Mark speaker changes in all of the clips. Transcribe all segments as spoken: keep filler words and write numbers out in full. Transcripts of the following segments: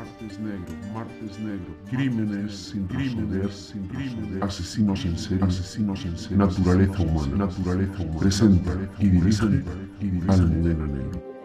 Speaker 1: Martes negro, martes negro, crímenes sin resolver, sin resolver, asesinos en serie, asesinos en serie, naturaleza humana, naturaleza humana, presenta y dirige Almudena Negro.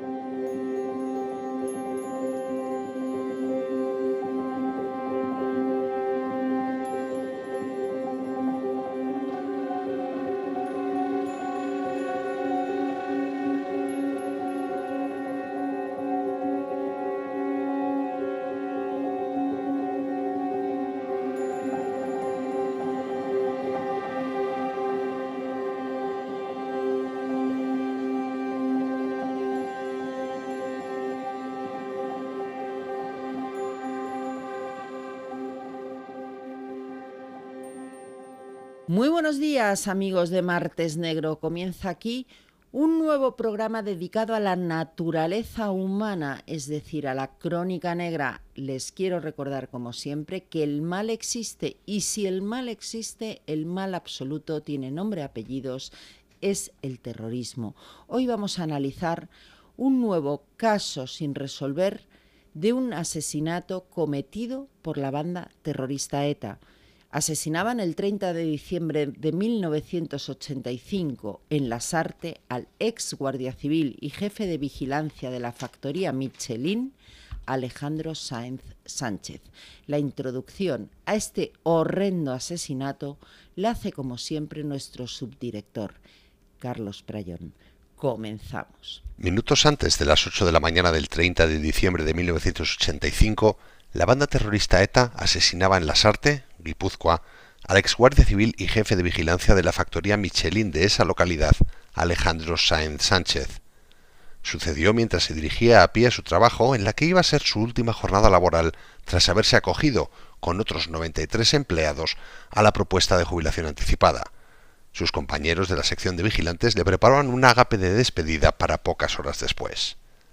Speaker 2: Muy buenos días, amigos de Martes Negro. Comienza aquí un nuevo programa dedicado a la naturaleza humana, es decir, a la crónica negra. Les quiero recordar, como siempre, que el mal existe y si el mal existe, el mal absoluto tiene nombre y apellidos, es el terrorismo. Hoy vamos a analizar un nuevo caso sin resolver de un asesinato cometido por la banda terrorista ETA. Asesinaban el treinta de diciembre de mil novecientos ochenta y cinco en Lasarte al ex guardia civil y jefe de vigilancia de la factoría Michelin, Alejandro Sáenz Sánchez. La introducción a este horrendo asesinato la hace, como siempre, nuestro subdirector, Carlos Prayón. Comenzamos.
Speaker 3: Minutos antes de las ocho de la mañana del treinta de diciembre de mil novecientos ochenta y cinco, la banda terrorista ETA asesinaba en Lasarte, Guipúzcoa, al ex guardia civil y jefe de vigilancia de la factoría Michelin de esa localidad, Alejandro Sáenz Sánchez. Sucedió mientras se dirigía a pie a su trabajo en la que iba a ser su última jornada laboral tras haberse acogido, con otros noventa y tres empleados, a la propuesta de jubilación anticipada. Sus compañeros de la sección de vigilantes le preparaban un ágape de despedida para pocas horas después.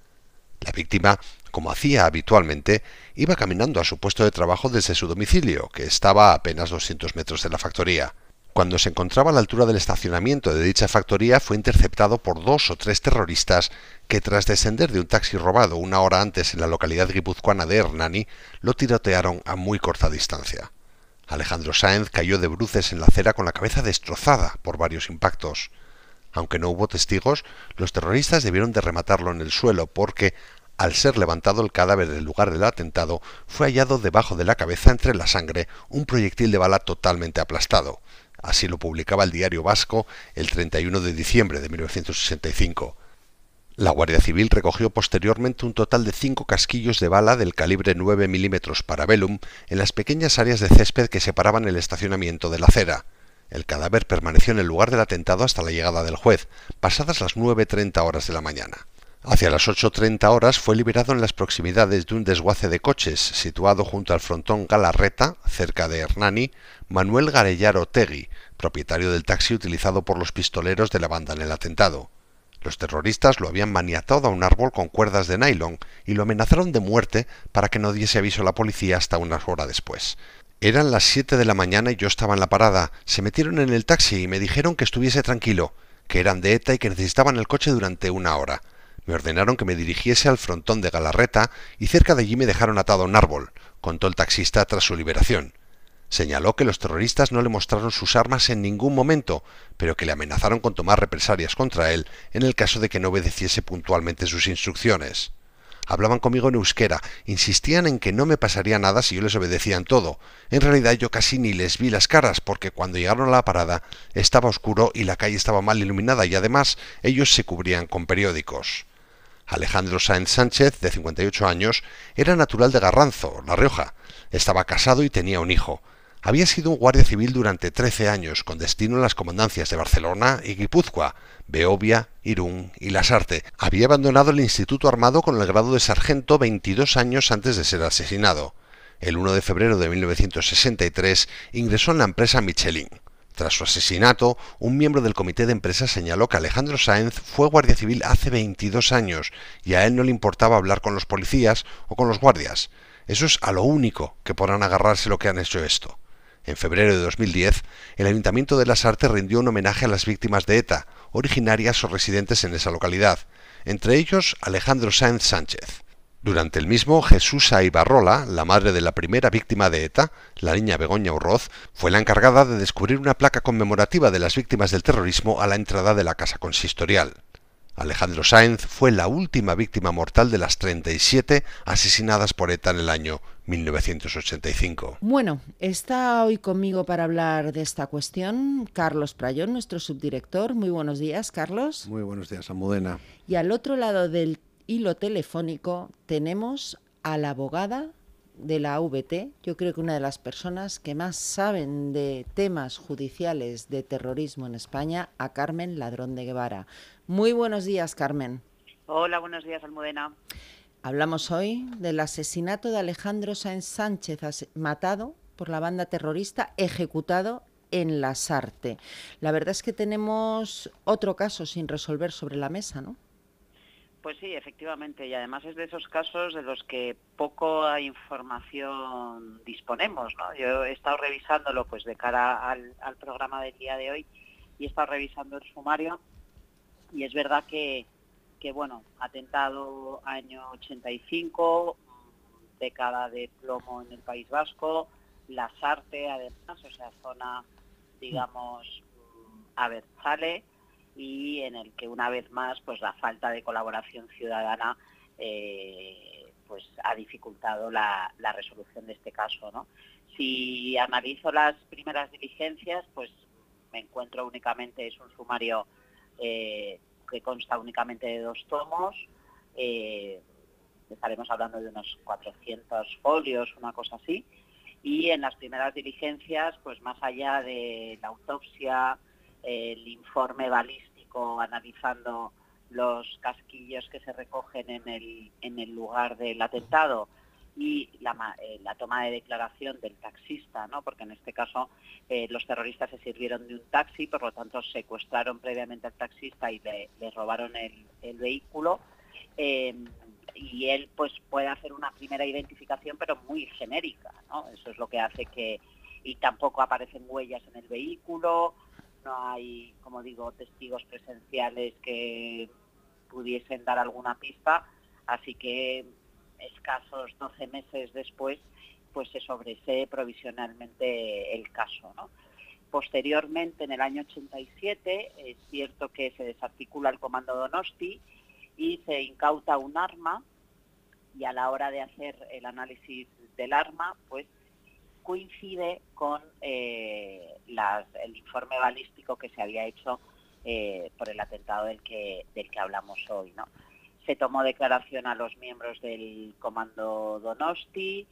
Speaker 3: La víctima, como hacía habitualmente, iba caminando a su puesto de trabajo desde su domicilio, que estaba a apenas doscientos metros de la factoría. Cuando se encontraba a la altura del estacionamiento de dicha factoría, fue interceptado por dos o tres terroristas que, tras descender de un taxi robado una hora antes en la localidad guipuzcoana de Hernani, lo tirotearon a muy corta distancia. Alejandro Sáenz cayó de bruces en la acera con la cabeza destrozada por varios impactos. Aunque no hubo testigos, los terroristas debieron de rematarlo en el suelo porque, al ser levantado el cadáver del lugar del atentado, fue hallado debajo de la cabeza, entre la sangre, un proyectil de bala totalmente aplastado. Así lo publicaba el Diario Vasco el treinta y uno de diciembre de mil novecientos sesenta y cinco. La Guardia Civil recogió posteriormente un total de cinco casquillos de bala del calibre nueve milímetros Parabellum en las pequeñas áreas de césped que separaban el estacionamiento de la acera. El cadáver permaneció en el lugar del atentado hasta la llegada del juez, pasadas las nueve treinta horas de la mañana. Hacia las ocho treinta horas fue liberado en las proximidades de un desguace de coches situado junto al frontón Galarreta, cerca de Hernani, Manuel Garellar Otegui, propietario del taxi utilizado por los pistoleros de la banda en el atentado. Los terroristas lo habían maniatado a un árbol con cuerdas de nylon y lo amenazaron de muerte para que no diese aviso a la policía hasta una hora después. Eran las siete de la mañana y yo estaba en la parada. Se metieron en el taxi y me dijeron que estuviese tranquilo, que eran de ETA y que necesitaban el coche durante una hora. Me ordenaron que me dirigiese al frontón de Galarreta y cerca de allí me dejaron atado a un árbol, contó el taxista tras su liberación. Señaló que los terroristas no le mostraron sus armas en ningún momento, pero que le amenazaron con tomar represalias contra él en el caso de que no obedeciese puntualmente sus instrucciones. Hablaban conmigo en euskera, insistían en que no me pasaría nada si yo les obedecía en todo. En realidad yo casi ni les vi las caras, porque cuando llegaron a la parada estaba oscuro y la calle estaba mal iluminada y además ellos se cubrían con periódicos. Alejandro Sáenz Sánchez, de cincuenta y ocho años, era natural de Garranzo, La Rioja. Estaba casado y tenía un hijo. Había sido un guardia civil durante trece años, con destino en las comandancias de Barcelona y Guipúzcoa, Beovia, Irún y Lasarte. Había abandonado el Instituto Armado con el grado de sargento veintidós años antes de ser asesinado. El uno de febrero de mil novecientos sesenta y tres ingresó en la empresa Michelin. Tras su asesinato, un miembro del comité de empresa señaló que Alejandro Sáenz fue guardia civil hace veintidós años y a él no le importaba hablar con los policías o con los guardias. Eso es a lo único que podrán agarrarse lo que han hecho esto. En febrero de dos mil diez, el Ayuntamiento de Lasarte rindió un homenaje a las víctimas de ETA, originarias o residentes en esa localidad, entre ellos Alejandro Sáenz Sánchez. Durante el mismo, Jesusa Ibarrola, la madre de la primera víctima de ETA, la niña Begoña Urroz, fue la encargada de descubrir una placa conmemorativa de las víctimas del terrorismo a la entrada de la casa consistorial. Alejandro Sáenz fue la última víctima mortal de las treinta y siete asesinadas por ETA en el año mil novecientos ochenta y cinco.
Speaker 2: Bueno, está hoy conmigo para hablar de esta cuestión Carlos Prayón, nuestro subdirector. Muy buenos días, Carlos.
Speaker 4: Muy buenos días, Almudena.
Speaker 2: Y al otro lado del hilo telefónico tenemos a la abogada de la A V T, yo creo que una de las personas que más saben de temas judiciales de terrorismo en España, a Carmen Ladrón de Guevara. Muy buenos días, Carmen.
Speaker 5: Hola, buenos días, Almudena.
Speaker 2: Hablamos hoy del asesinato de Alejandro Sáenz Sánchez, matado por la banda terrorista, ejecutado en Lasarte. La verdad es que tenemos otro caso sin resolver sobre la mesa, ¿no?
Speaker 5: Pues sí, efectivamente, y además es de esos casos de los que poco información disponemos, ¿no? Yo he estado revisándolo pues de cara al, al programa del día de hoy y he estado revisando el sumario y es verdad que, que bueno, atentado año ochenta y cinco, década de plomo en el País Vasco, Lasarte además, o sea, zona, digamos, abertzale, y en el que una vez más pues la falta de colaboración ciudadana eh, pues ha dificultado la, la resolución de este caso, ¿no? Si analizo las primeras diligencias, pues me encuentro únicamente, es un sumario eh, que consta únicamente de dos tomos, eh, estaremos hablando de unos cuatrocientos folios, una cosa así, y en las primeras diligencias, pues más allá de la autopsia, el informe balístico analizando los casquillos que se recogen en el, en el lugar del atentado y la, eh, la toma de declaración del taxista, ¿no? Porque en este caso eh, los terroristas se sirvieron de un taxi, por lo tanto secuestraron previamente al taxista y le, le robaron el, el vehículo, eh, y él pues puede hacer una primera identificación pero muy genérica, ¿no? Eso es lo que hace que, y tampoco aparecen huellas en el vehículo, no hay, como digo, testigos presenciales que pudiesen dar alguna pista, así que escasos doce meses después pues se sobresee provisionalmente el caso, ¿no? Posteriormente, en el año ochenta y siete, es cierto que se desarticula el Comando Donosti y se incauta un arma, y a la hora de hacer el análisis del arma, pues coincide con eh, las, el informe balístico que se había hecho eh, por el atentado del que, del que hablamos hoy, ¿no? Se tomó declaración a los miembros del Comando Donosti,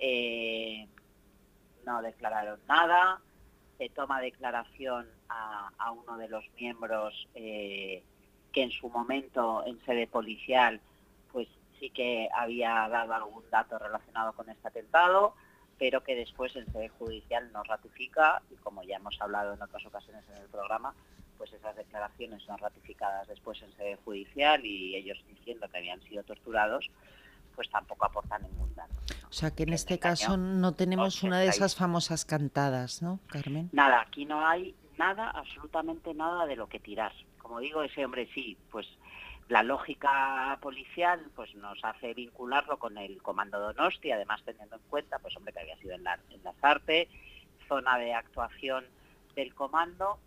Speaker 5: eh, no declararon nada, se toma declaración a, a uno de los miembros eh, que en su momento en sede policial pues sí que había dado algún dato relacionado con este atentado, pero que después en sede judicial no ratifica, y como ya hemos hablado en otras ocasiones en el programa, pues esas declaraciones son ratificadas después en sede judicial y ellos diciendo que habían sido torturados, pues tampoco aportan ningún dato, ¿no?
Speaker 2: O sea que en
Speaker 5: En
Speaker 2: este
Speaker 5: el
Speaker 2: caso
Speaker 5: año
Speaker 2: no tenemos una de
Speaker 5: ochenta y
Speaker 2: esas famosas cantadas, ¿no, Carmen?
Speaker 5: Nada, aquí no hay nada, absolutamente nada de lo que tirar. Como digo, ese hombre sí, pues la lógica policial pues nos hace vincularlo con el Comando Donosti, además teniendo en cuenta, pues hombre, que había sido en, la, en Lasarte, zona de actuación del comando,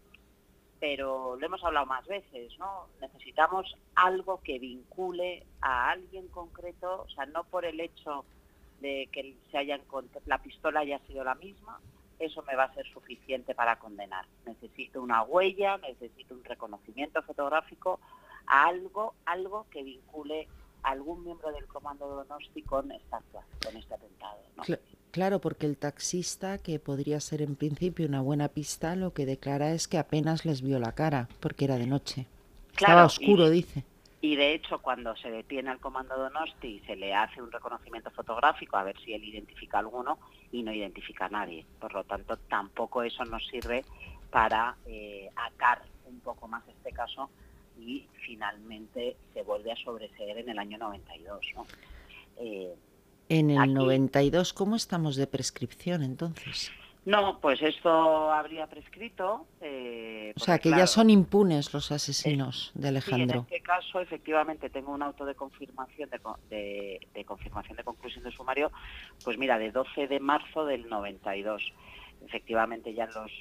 Speaker 5: pero lo hemos hablado más veces, ¿no? Necesitamos algo que vincule a alguien concreto, o sea, no por el hecho de que se hayan la pistola haya sido la misma, eso me va a ser suficiente para condenar. Necesito una huella, necesito un reconocimiento fotográfico, a algo, algo que vincule a algún miembro del Comando Donosti con esta actuación, con este atentado, ¿no?
Speaker 2: Claro, porque el taxista, que podría ser en principio una buena pista, lo que declara es que apenas les vio la cara, porque era de noche.
Speaker 5: Claro,
Speaker 2: estaba oscuro,
Speaker 5: y,
Speaker 2: dice.
Speaker 5: Y de hecho, cuando se detiene al Comando Donosti, se le hace un reconocimiento fotográfico a ver si él identifica a alguno y no identifica a nadie. Por lo tanto, tampoco eso nos sirve para eh, atar un poco más este caso, y finalmente se vuelve a sobreseer en el año noventa y dos, ¿no? Eh,
Speaker 2: en el
Speaker 5: aquí,
Speaker 2: noventa y dos, ¿cómo estamos de prescripción entonces?
Speaker 5: No, pues esto habría prescrito. Eh,
Speaker 2: O
Speaker 5: porque,
Speaker 2: sea, que
Speaker 5: claro,
Speaker 2: ya son impunes los
Speaker 5: es-
Speaker 2: asesinos de
Speaker 5: sí, en
Speaker 2: Alejandro.
Speaker 5: este caso, efectivamente, tengo un auto de confirmación de, co- de, de confirmación de conclusión de sumario, pues mira, de doce de marzo del noventa y dos. Efectivamente, ya los,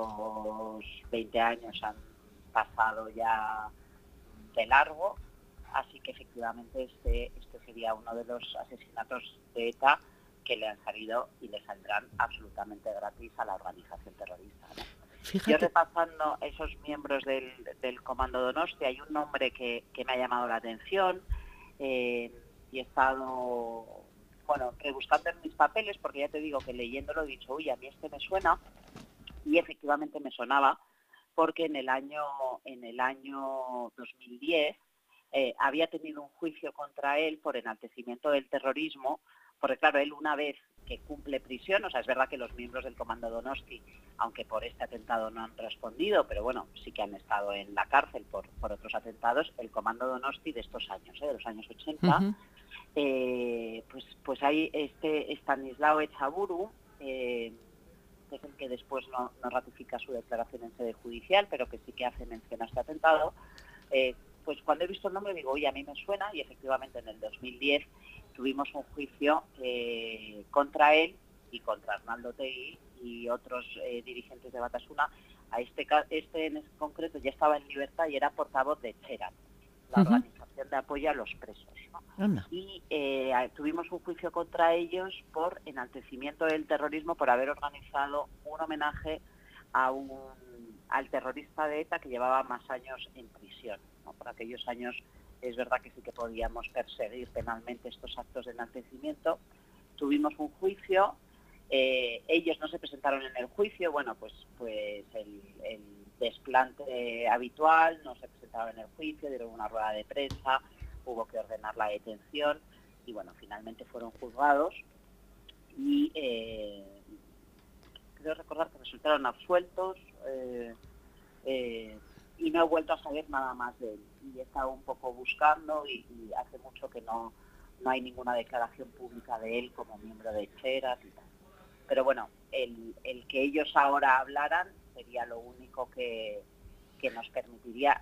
Speaker 5: los veinte años han pasado ya de largo, así que efectivamente este, este sería uno de los asesinatos de ETA que le han salido y le saldrán absolutamente gratis a la organización terrorista, ¿no? Yo
Speaker 2: Fíjate,
Speaker 5: repasando esos miembros del, del Comando Donosti, hay un nombre que, que me ha llamado la atención, eh, y he estado, bueno, rebuscando en mis papeles, porque ya te digo que leyéndolo he dicho, uy, a mí este me suena, y efectivamente me sonaba, porque en el año, en el año dos mil diez eh, había tenido un juicio contra él por enaltecimiento del terrorismo, porque claro, él una vez que cumple prisión, o sea, es verdad que los miembros del Comando Donosti, aunque por este atentado no han respondido, pero bueno, sí que han estado en la cárcel por, por otros atentados, el Comando Donosti de estos años, ¿eh? de los años ochenta,
Speaker 2: ujú,
Speaker 5: eh, pues, pues hay este Estanislao Echaburu, eh, que es el que después no, no ratifica su declaración en sede judicial, pero que sí que hace mención a este atentado. Eh, pues cuando he visto el nombre digo, oye, a mí me suena, y efectivamente en el dos mil diez tuvimos un juicio eh, contra él y contra Arnaldo Otegi y otros eh, dirigentes de Batasuna. A este, este en concreto ya estaba en libertad y era portavoz de Cherat, la
Speaker 2: ujú.
Speaker 5: organización de apoyo a los presos, ¿no?
Speaker 2: Anda.
Speaker 5: Y eh, tuvimos un juicio contra ellos por enaltecimiento del terrorismo, por haber organizado un homenaje a un, al terrorista de ETA que llevaba más años en prisión, ¿no? Por aquellos años es verdad que sí que podíamos perseguir penalmente estos actos de enaltecimiento. Tuvimos un juicio, eh, ellos no se presentaron en el juicio, bueno, pues, pues el, el desplante habitual, no se presentaron en el juicio, dieron una rueda de prensa, hubo que ordenar la detención y bueno, finalmente fueron juzgados y eh, creo recordar que resultaron absueltos, eh, eh, y no he vuelto a saber nada más de él. Y he estado un poco buscando y, y hace mucho que no, no hay ninguna declaración pública de él como miembro de Cheras y tal. Pero bueno, el, el que ellos ahora hablaran sería lo único que, que nos permitiría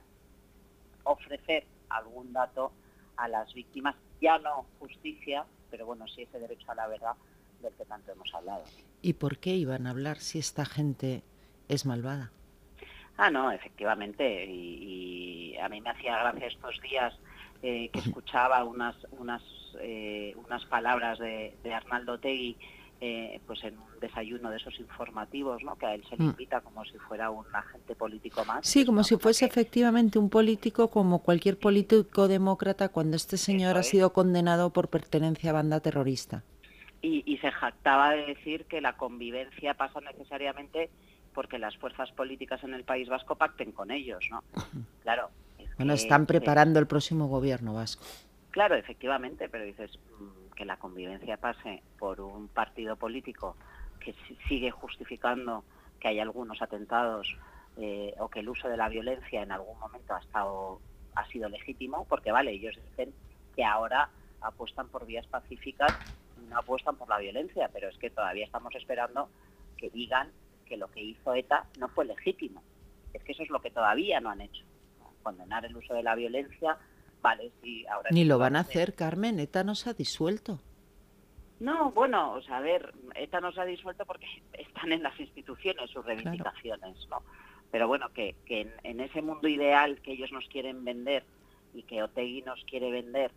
Speaker 5: ofrecer algún dato a las víctimas, ya no justicia, pero bueno, sí ese derecho a la verdad del que tanto hemos hablado.
Speaker 2: ¿Y por qué iban a hablar si esta gente es malvada?
Speaker 5: Ah, no, efectivamente, y, y a mí me hacía gracia estos días eh, que escuchaba unas unas eh, unas palabras de, de Arnaldo Otegi, eh, pues en un desayuno de esos informativos, ¿no? Que a él se le invita como si fuera un agente político más.
Speaker 2: Sí,
Speaker 5: Es
Speaker 2: como
Speaker 5: una
Speaker 2: si
Speaker 5: cosa
Speaker 2: fuese
Speaker 5: que,
Speaker 2: efectivamente un político como cualquier político demócrata cuando este señor
Speaker 5: eso
Speaker 2: ha
Speaker 5: es.
Speaker 2: sido condenado por pertenencia a banda terrorista.
Speaker 5: Y, y se jactaba de decir que la convivencia pasa necesariamente porque las fuerzas políticas en el País Vasco pacten con ellos, ¿no? Claro. Es
Speaker 2: Bueno,
Speaker 5: que
Speaker 2: están
Speaker 5: se,
Speaker 2: preparando el próximo gobierno vasco.
Speaker 5: Claro, efectivamente, pero dices mmm, que la convivencia pase por un partido político que sigue justificando que hay algunos atentados eh, o que el uso de la violencia en algún momento ha estado ha sido legítimo, porque vale, ellos dicen que ahora apuestan por vías pacíficas y no apuestan por la violencia, pero es que todavía estamos esperando que digan que lo que hizo ETA no fue legítimo. Es que eso es lo que todavía no han hecho, ¿no? Condenar el uso de la violencia. Vale, sí, ahora
Speaker 2: Ni lo van a hacer, Carmen, ETA no se ha disuelto.
Speaker 5: No, bueno, o sea, a ver, ETA no se ha disuelto porque están en las instituciones sus reivindicaciones, claro. ¿No? Pero bueno, que, que en, en ese mundo ideal que ellos nos quieren vender y que Otegi nos quiere vender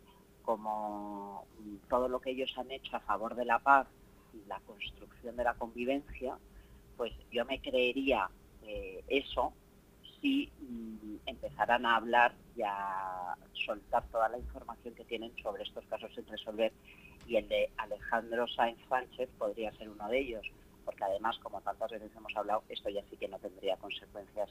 Speaker 5: como todo lo que ellos han hecho a favor de la paz y la construcción de la convivencia, pues yo me creería eh, eso si mm, empezaran a hablar y a soltar toda la información que tienen sobre estos casos sin resolver, y el de Alejandro Sáenz Sánchez podría ser uno de ellos, porque además, como tantas veces hemos hablado, esto ya sí que no tendría consecuencias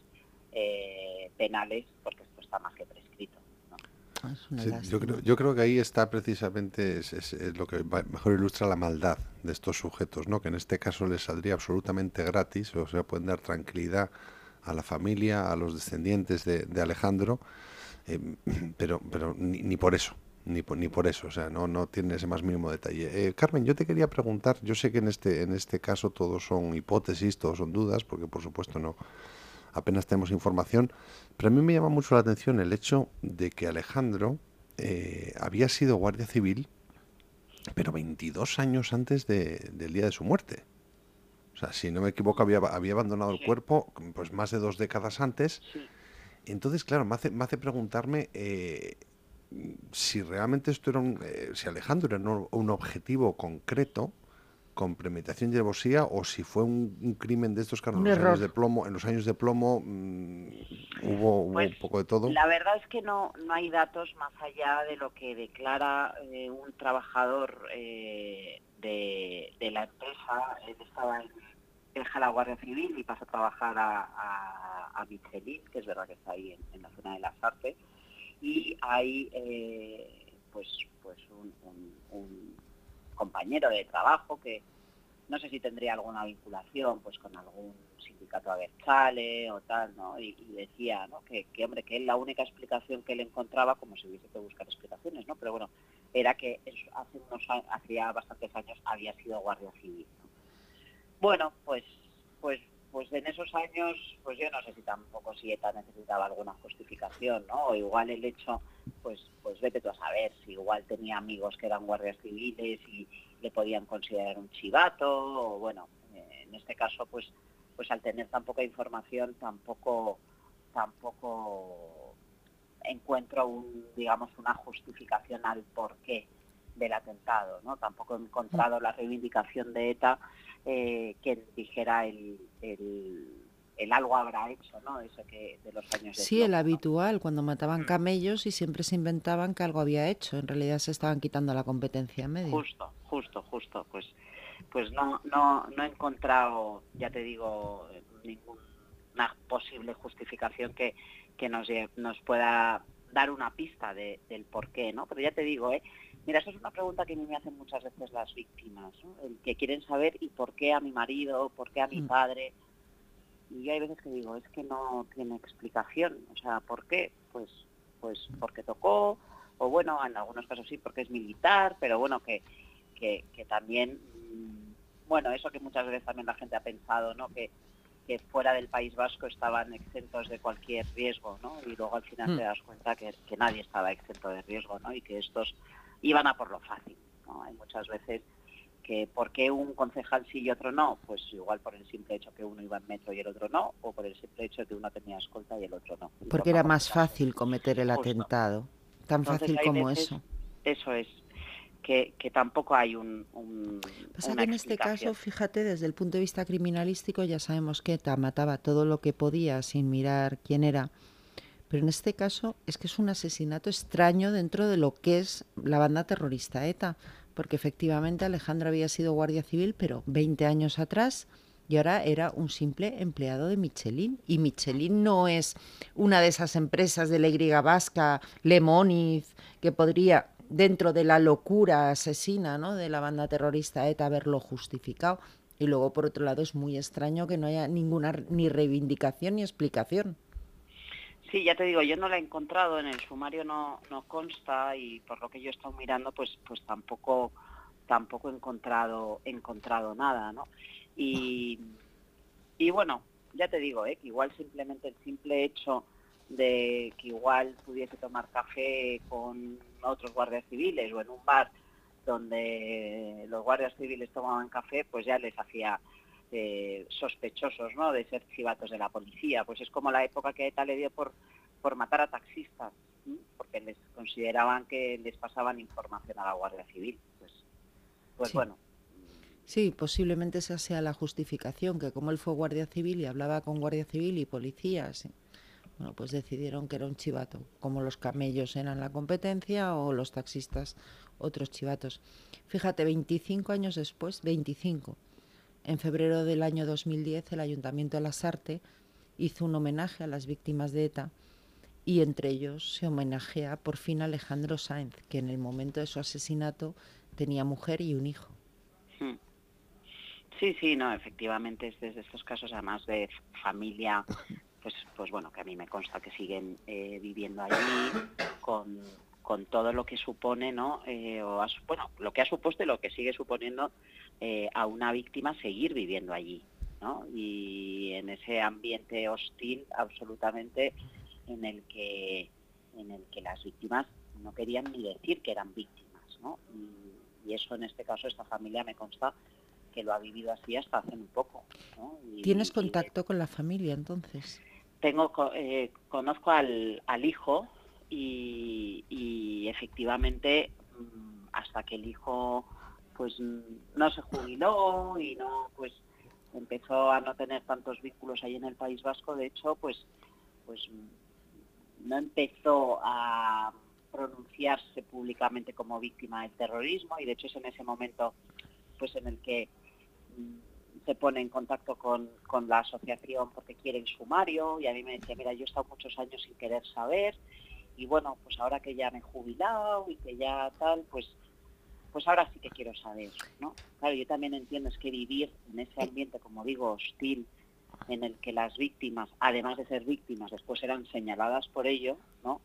Speaker 5: eh, penales, porque esto está más que prescrito, ¿no?
Speaker 2: Es una
Speaker 3: Sí, yo, creo, yo creo que ahí está precisamente es, es, es lo que mejor ilustra la maldad de estos sujetos, ¿no? Que en este caso les saldría absolutamente gratis, o sea, pueden dar tranquilidad a la familia, a los descendientes de, de Alejandro, eh, pero, pero ni, ni por eso, ni por, ni por eso, o sea, no, no tiene ese más mínimo detalle. Eh, Carmen, yo te quería preguntar, yo sé que en este, en este caso todos son hipótesis, todos son dudas, porque por supuesto no, apenas tenemos información, pero a mí me llama mucho la atención el hecho de que Alejandro eh, había sido guardia civil, pero veintidós años antes de, del día de su muerte. O sea, si no me equivoco, había, había abandonado el
Speaker 5: Sí,
Speaker 3: cuerpo pues más de dos décadas antes.
Speaker 5: sí.
Speaker 3: Entonces, claro, me hace, me hace preguntarme eh, si realmente esto era un, eh, si Alejandro era un, un objetivo concreto, con premeditación y alevosía, o si fue un, un crimen de estos casos,
Speaker 2: Un
Speaker 3: en los años
Speaker 2: error.
Speaker 3: de plomo, en los años de plomo mmm, hubo, hubo
Speaker 5: Pues
Speaker 3: un poco de todo.
Speaker 5: la verdad es que no, no hay datos más allá de lo que declara eh, un trabajador eh, de, de la empresa. Él estaba en, deja la Guardia Civil y pasa a trabajar a, a, a Michelin, que es verdad que está ahí en, en la zona de las Artes, y hay eh, pues pues un, un, un compañero de trabajo que no sé si tendría alguna vinculación pues con algún sindicato abertzale o tal, ¿no? Y, y decía, ¿no? Que, que, hombre, que él la única explicación que él encontraba, como si hubiese que buscar explicaciones, ¿no? Pero bueno, era que hace unos años, hacía bastantes años había sido guardia civil, ¿no? Bueno, pues, pues, pues en esos años, pues yo no sé si tampoco si ETA necesitaba alguna justificación, ¿no? O igual el hecho, pues, pues vete tú a saber, si igual tenía amigos que eran guardias civiles y le podían considerar un chivato, o bueno, eh, en este caso, pues, pues al tener tan poca información, tampoco, tampoco encuentro un, digamos, una justificación al porqué del atentado, ¿no? Tampoco he encontrado la reivindicación de ETA eh, que dijera el, el, el algo habrá hecho, ¿no? Eso que de los años de
Speaker 2: Sí,
Speaker 5: plomo,
Speaker 2: el
Speaker 5: ¿no?
Speaker 2: habitual, cuando mataban camellos y siempre se inventaban que algo había hecho. En realidad se estaban quitando la competencia en medio.
Speaker 5: Justo, justo, justo. Pues, pues no, no, no he encontrado, ya te digo, ninguna posible justificación que, que nos, nos pueda dar una pista de, del por qué, ¿no? Pero ya te digo, ¿eh? Mira, eso es una pregunta que a mí me hacen muchas veces las víctimas, ¿no? El que quieren saber y por qué a mi marido, por qué a mi padre. Y hay veces que digo, es que no tiene explicación. O sea, ¿por qué? Pues, pues porque tocó, o bueno, en algunos casos sí, porque es militar, pero bueno, que, que, que también, bueno, eso que muchas veces también la gente ha pensado, ¿no? Que, que fuera del País Vasco estaban exentos de cualquier riesgo, ¿no? Y luego al final mm. te das cuenta que, que nadie estaba exento de riesgo, ¿no? Y que estos iban a por lo fácil, ¿no? Hay muchas veces que ¿por qué un concejal sí y otro no? Pues igual por el simple hecho que uno iba en metro y el otro no, o por el simple hecho que uno tenía escolta y el otro no. Y
Speaker 2: porque era más fácil cometer el
Speaker 5: Justo.
Speaker 2: atentado, tan
Speaker 5: Entonces,
Speaker 2: fácil como
Speaker 5: veces,
Speaker 2: eso.
Speaker 5: Eso es, que, que tampoco hay un... un
Speaker 2: Pasa
Speaker 5: una
Speaker 2: que en este caso, fíjate, desde el punto de vista criminalístico ya sabemos que ETA mataba todo lo que podía sin mirar quién era. Pero en este caso es que es un asesinato extraño dentro de lo que es la banda terrorista ETA, porque efectivamente Alejandro había sido guardia civil, pero veinte años atrás, y ahora era un simple empleado de Michelin. Y Michelin no es una de esas empresas de la Y vasca, Le Moniz, que podría, dentro de la locura asesina, ¿no?, de la banda terrorista ETA, haberlo justificado. Y luego, por otro lado, es muy extraño que no haya ninguna ni reivindicación ni explicación.
Speaker 5: Sí, ya te digo, yo no la he encontrado, en el sumario no, no consta, y por lo que yo he estado mirando, pues, pues tampoco, tampoco he encontrado, he encontrado nada, ¿no? Y, y bueno, ya te digo, ¿eh? Que igual simplemente el simple hecho de que igual pudiese tomar café con otros guardias civiles o en un bar donde los guardias civiles tomaban café, pues ya les hacía Eh, sospechosos, ¿no?, de ser chivatos de la policía. Pues es como la época que ETA le dio por, por matar a taxistas, ¿sí? Porque les consideraban que les pasaban información a la Guardia Civil. Pues, pues
Speaker 2: sí.
Speaker 5: bueno.
Speaker 2: Sí, posiblemente esa sea la justificación, que como él fue guardia civil y hablaba con guardia civil y policías, bueno, pues decidieron que era un chivato, como los camellos eran la competencia o los taxistas otros chivatos. Fíjate, veinticinco años después, veinticinco, en febrero del año dos mil diez, el Ayuntamiento de Lasarte hizo un homenaje a las víctimas de ETA y entre ellos se homenajea por fin a Alejandro Sáenz, que en el momento de su asesinato tenía mujer y un hijo.
Speaker 5: Sí, sí, no, efectivamente es desde estos casos, además de familia, pues, pues bueno, que a mí me consta que siguen eh, viviendo allí con, con todo lo que supone, ¿no? Eh, o ha, bueno, lo que ha supuesto y lo que sigue suponiendo eh, a una víctima seguir viviendo allí, ¿no? Y en ese ambiente hostil absolutamente en el que en el que las víctimas no querían ni decir que eran víctimas, ¿no? Y, y eso en este caso esta familia me consta que lo ha vivido así hasta hace muy poco, ¿no? Y,
Speaker 2: ¿Tienes
Speaker 5: y,
Speaker 2: contacto y, con la familia entonces?
Speaker 5: Tengo, eh, conozco al, al hijo y, y efectivamente hasta que el hijo pues no se jubiló y no pues empezó a no tener tantos vínculos ahí en el País Vasco, de hecho pues pues no empezó a pronunciarse públicamente como víctima del terrorismo, y de hecho es en ese momento pues en el que se pone en contacto con, con la asociación porque quiere el sumario, y a mí me decía, mira, yo he estado muchos años sin querer saber, y bueno, pues ahora que ya me he jubilado y que ya tal, pues pues ahora sí que quiero saber, ¿no? Claro, yo también entiendo es que vivir en ese ambiente, como digo, hostil, en el que las víctimas, además de ser víctimas, después eran señaladas por ello, ¿no?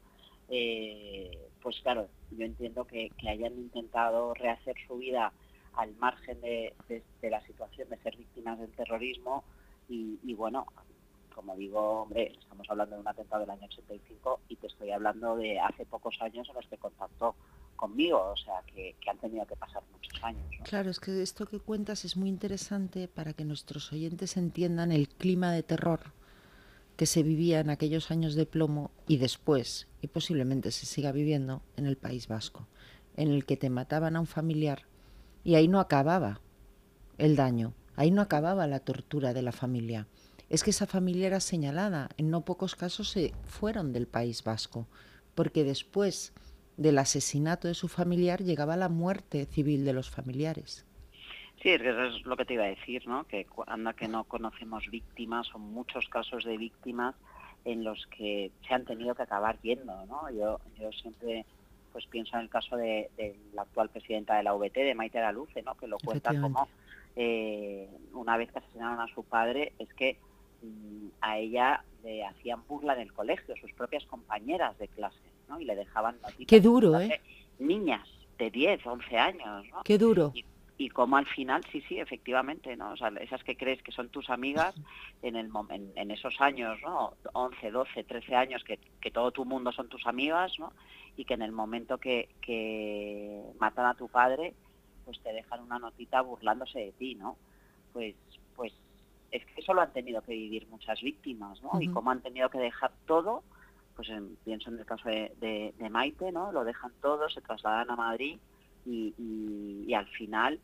Speaker 5: Eh, pues claro, yo entiendo que, que hayan intentado rehacer su vida al margen de, de, de la situación de ser víctimas del terrorismo y, y bueno, como digo, hombre, estamos hablando de un atentado del año ochenta y cinco y te estoy hablando de hace pocos años en los que contactó conmigo, o sea, que, que han tenido que pasar muchos años, ¿no?
Speaker 2: Claro, es que esto que cuentas es muy interesante para que nuestros oyentes entiendan el clima de terror que se vivía en aquellos años de plomo y después, y posiblemente se siga viviendo en el País Vasco, en el que te mataban a un familiar y ahí no acababa el daño, ahí no acababa la tortura de la familia. Es que esa familia era señalada, en no pocos casos se fueron del País Vasco, porque después del asesinato de su familiar llegaba la muerte civil de los familiares.
Speaker 5: Sí, es que eso es lo que te iba a decir, ¿no? Que anda que no conocemos víctimas, son muchos casos de víctimas en los que se han tenido que acabar yendo, ¿no? Yo, yo siempre pues pienso en el caso de, de la actual presidenta de la U V T, de Maite Araluce, ¿no? Que lo cuenta como eh, una vez que asesinaron a su padre, es que mmm, a ella le hacían burla en el colegio, sus propias compañeras de clase, ¿no? Y le dejaban notitas.
Speaker 2: Qué duro, ¿eh?
Speaker 5: Niñas de diez, once años, ¿no?
Speaker 2: Qué duro.
Speaker 5: Y, y como al final, sí, sí, efectivamente, ¿no? O sea, esas que crees que son tus amigas en el en, en esos años, ¿no? once, doce, trece años, que, que todo tu mundo son tus amigas, ¿no? Y que en el momento que, que matan a tu padre, pues te dejan una notita burlándose de ti, ¿no? Pues, pues es que eso lo han tenido que vivir muchas víctimas, ¿no? Uh-huh. Y como han tenido que dejar todo, pues en, pienso en el caso de, de, de Maite, ¿no? Lo dejan todo, se trasladan a Madrid y, y, y al final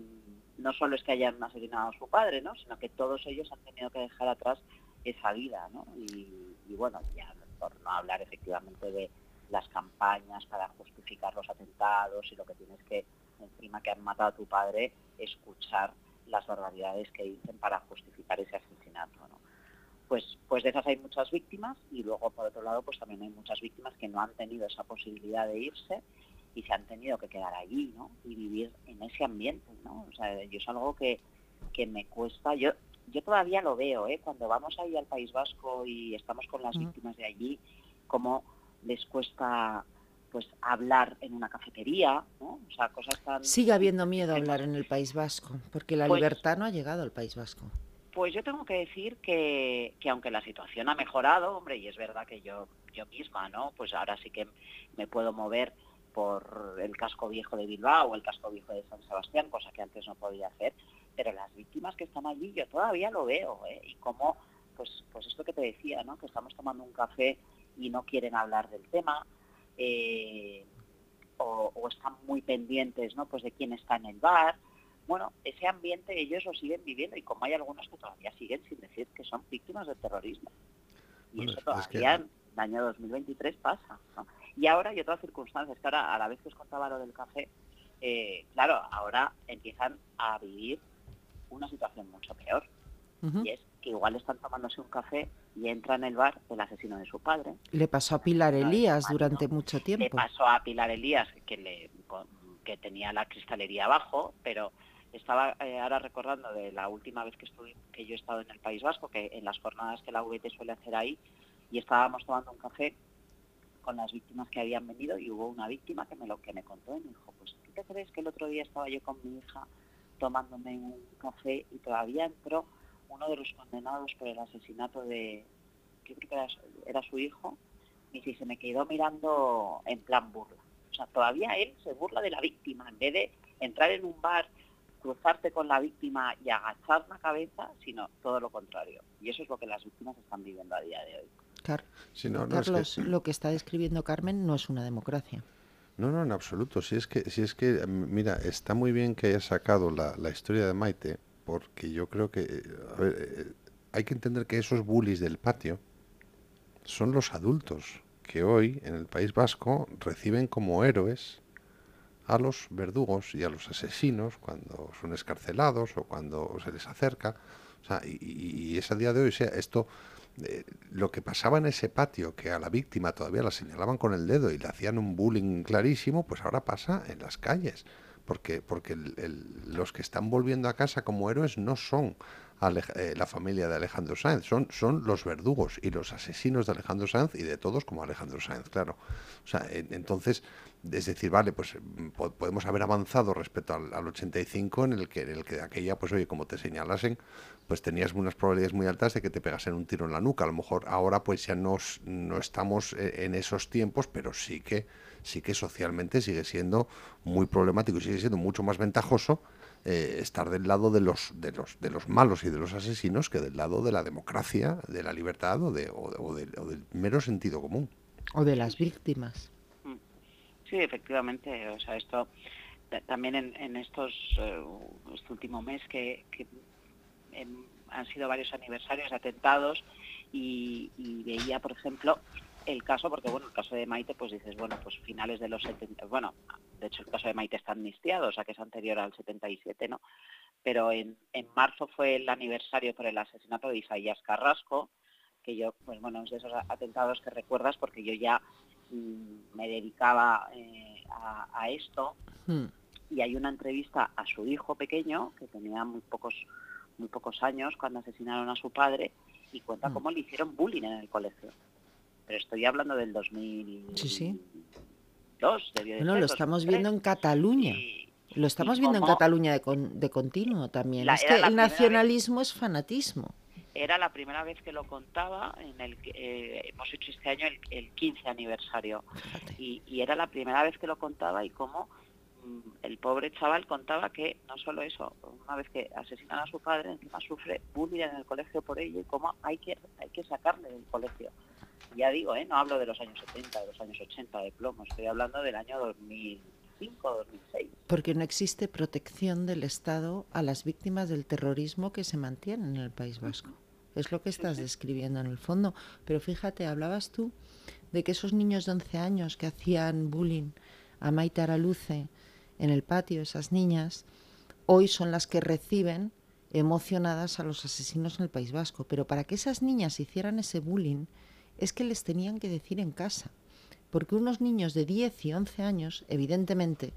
Speaker 5: no solo es que hayan asesinado a su padre, ¿no? Sino que todos ellos han tenido que dejar atrás esa vida, ¿no? Y, y bueno, ya por no hablar efectivamente de las campañas para justificar los atentados y lo que tienes que, encima que han matado a tu padre, escuchar las barbaridades que dicen para justificar ese asesinato, ¿no? Pues, pues de esas hay muchas víctimas y luego por otro lado pues también hay muchas víctimas que no han tenido esa posibilidad de irse y se han tenido que quedar allí, ¿no? Y vivir en ese ambiente, ¿no? O sea, yo es algo que, que me cuesta, yo yo todavía lo veo, ¿eh? Cuando vamos ahí al País Vasco y estamos con las uh-huh. víctimas de allí, cómo les cuesta pues hablar en una cafetería, ¿no? O sea, cosas tan...
Speaker 2: Sigue habiendo miedo a hablar en el País Vasco, porque la
Speaker 5: pues,
Speaker 2: libertad no ha llegado al País Vasco.
Speaker 5: Pues yo tengo que decir que, que aunque la situación ha mejorado, hombre, y es verdad que yo yo misma, ¿no? Pues ahora sí que me puedo mover por el casco viejo de Bilbao o el casco viejo de San Sebastián, cosa que antes no podía hacer, pero las víctimas que están allí yo todavía lo veo, ¿eh? Y como, pues, pues esto que te decía, ¿no? Que estamos tomando un café y no quieren hablar del tema, eh, o, o están muy pendientes, ¿no? Pues de quién está en el bar. Bueno, ese ambiente ellos lo siguen viviendo y como hay algunos que todavía siguen sin decir que son víctimas del terrorismo. Y bueno, eso todavía es que... en el año dos mil veintitrés pasa, ¿no? Y ahora hay otras circunstancias, que ahora a la vez que os contaba lo del café, eh, claro, ahora empiezan a vivir una situación mucho peor. Uh-huh. Y es que igual están tomándose un café y entra en el bar el asesino de su padre.
Speaker 2: Le pasó a Pilar Elías durante mucho tiempo.
Speaker 5: Le pasó a Pilar Elías, que, le, que tenía la cristalería abajo, pero... Estaba eh, ahora recordando de la última vez que estuve, que yo he estado en el País Vasco, que en las jornadas que la U V T suele hacer ahí, y estábamos tomando un café con las víctimas que habían venido, y hubo una víctima que me lo que me contó y me dijo, pues ¿tú te crees que el otro día estaba yo con mi hija tomándome un café y todavía entró uno de los condenados por el asesinato de, yo creo que era, era su hijo, y si se me quedó mirando en plan burla? O sea, todavía él se burla de la víctima, en vez de entrar en un bar, cruzarte con la víctima y agachar la cabeza, sino todo lo contrario. Y eso es lo que las víctimas están viviendo a día de hoy.
Speaker 2: Claro.
Speaker 3: Sí, no, no,
Speaker 2: Carlos,
Speaker 3: es que...
Speaker 2: lo que está describiendo Carmen no es una democracia.
Speaker 3: No, no, en absoluto. Si es que, si es que, mira, está muy bien que hayas sacado la, la historia de Maite, porque yo creo que, a ver, hay que entender que esos bullies del patio son los adultos que hoy en el País Vasco reciben como héroes a los verdugos y a los asesinos cuando son escarcelados o cuando se les acerca. O sea, y, y, y es a día de hoy, o sea, esto, eh, lo que pasaba en ese patio, que a la víctima todavía la señalaban con el dedo y le hacían un bullying clarísimo, pues ahora pasa en las calles. Porque, porque el, el, los que están volviendo a casa como héroes no son Alej eh, la familia de Alejandro Sanz, son, son los verdugos y los asesinos de Alejandro Sanz y de todos como Alejandro Sanz, claro. O sea, en, entonces, es decir, vale, pues po podemos haber avanzado respecto al, al ochenta y cinco, en el que en el que de aquella, pues oye, como te señalasen, pues tenías unas probabilidades muy altas de que te pegasen un tiro en la nuca. A lo mejor ahora pues ya no, no estamos en esos tiempos, pero sí que sí que socialmente sigue siendo muy problemático y sigue siendo mucho más ventajoso eh, estar del lado de los, de, los, de los malos y de los asesinos que del lado de la democracia, de la libertad o, de, o, o, de, o del mero sentido común.
Speaker 2: O de las víctimas.
Speaker 5: Sí, efectivamente. O sea, esto también en, en estos eh, este último mes que, que en, han sido varios aniversarios de atentados y, y veía, por ejemplo, el caso, porque bueno, el caso de Maite, pues dices, bueno, pues finales de los setenta, bueno, de hecho el caso de Maite está amnistiado, o sea que es anterior al setenta y siete, ¿no? Pero en, en marzo fue el aniversario por el asesinato de Isaías Carrasco, que yo, pues bueno, es de esos atentados que recuerdas porque yo ya mmm, me dedicaba eh, a, a esto, hmm. y hay una entrevista a su hijo pequeño, que tenía muy pocos, muy pocos años cuando asesinaron a su padre, y cuenta hmm. cómo le hicieron bullying en el colegio. Pero estoy hablando del dos mil dos.
Speaker 2: Sí, sí.
Speaker 5: Debió de
Speaker 2: bueno,
Speaker 5: ser,
Speaker 2: lo estamos
Speaker 5: dos mil tres.
Speaker 2: Viendo en Cataluña. Y, lo estamos viendo en Cataluña de, con, de continuo también. La, es que el nacionalismo vez, es fanatismo.
Speaker 5: Era la primera vez que lo contaba, en el que eh, hemos hecho este año el, el quince aniversario. Y, y era la primera vez que lo contaba y cómo mmm, el pobre chaval contaba que no solo eso, una vez que asesinan a su padre, encima sufre bullying en el colegio por ello y cómo hay que, hay que sacarle del colegio. Ya digo, ¿eh? No hablo de los años setenta, de los años ochenta de plomo, estoy hablando del año dos mil cinco, dos mil seis.
Speaker 2: Porque no existe protección del Estado a las víctimas del terrorismo que se mantienen en el País Vasco. Es lo que estás sí, sí. describiendo en el fondo. Pero fíjate, hablabas tú de que esos niños de once años que hacían bullying a Maite Araluce en el patio, esas niñas, hoy son las que reciben emocionadas a los asesinos en el País Vasco. Pero para que esas niñas hicieran ese bullying, es que les tenían que decir en casa, porque unos niños de diez y once años, evidentemente,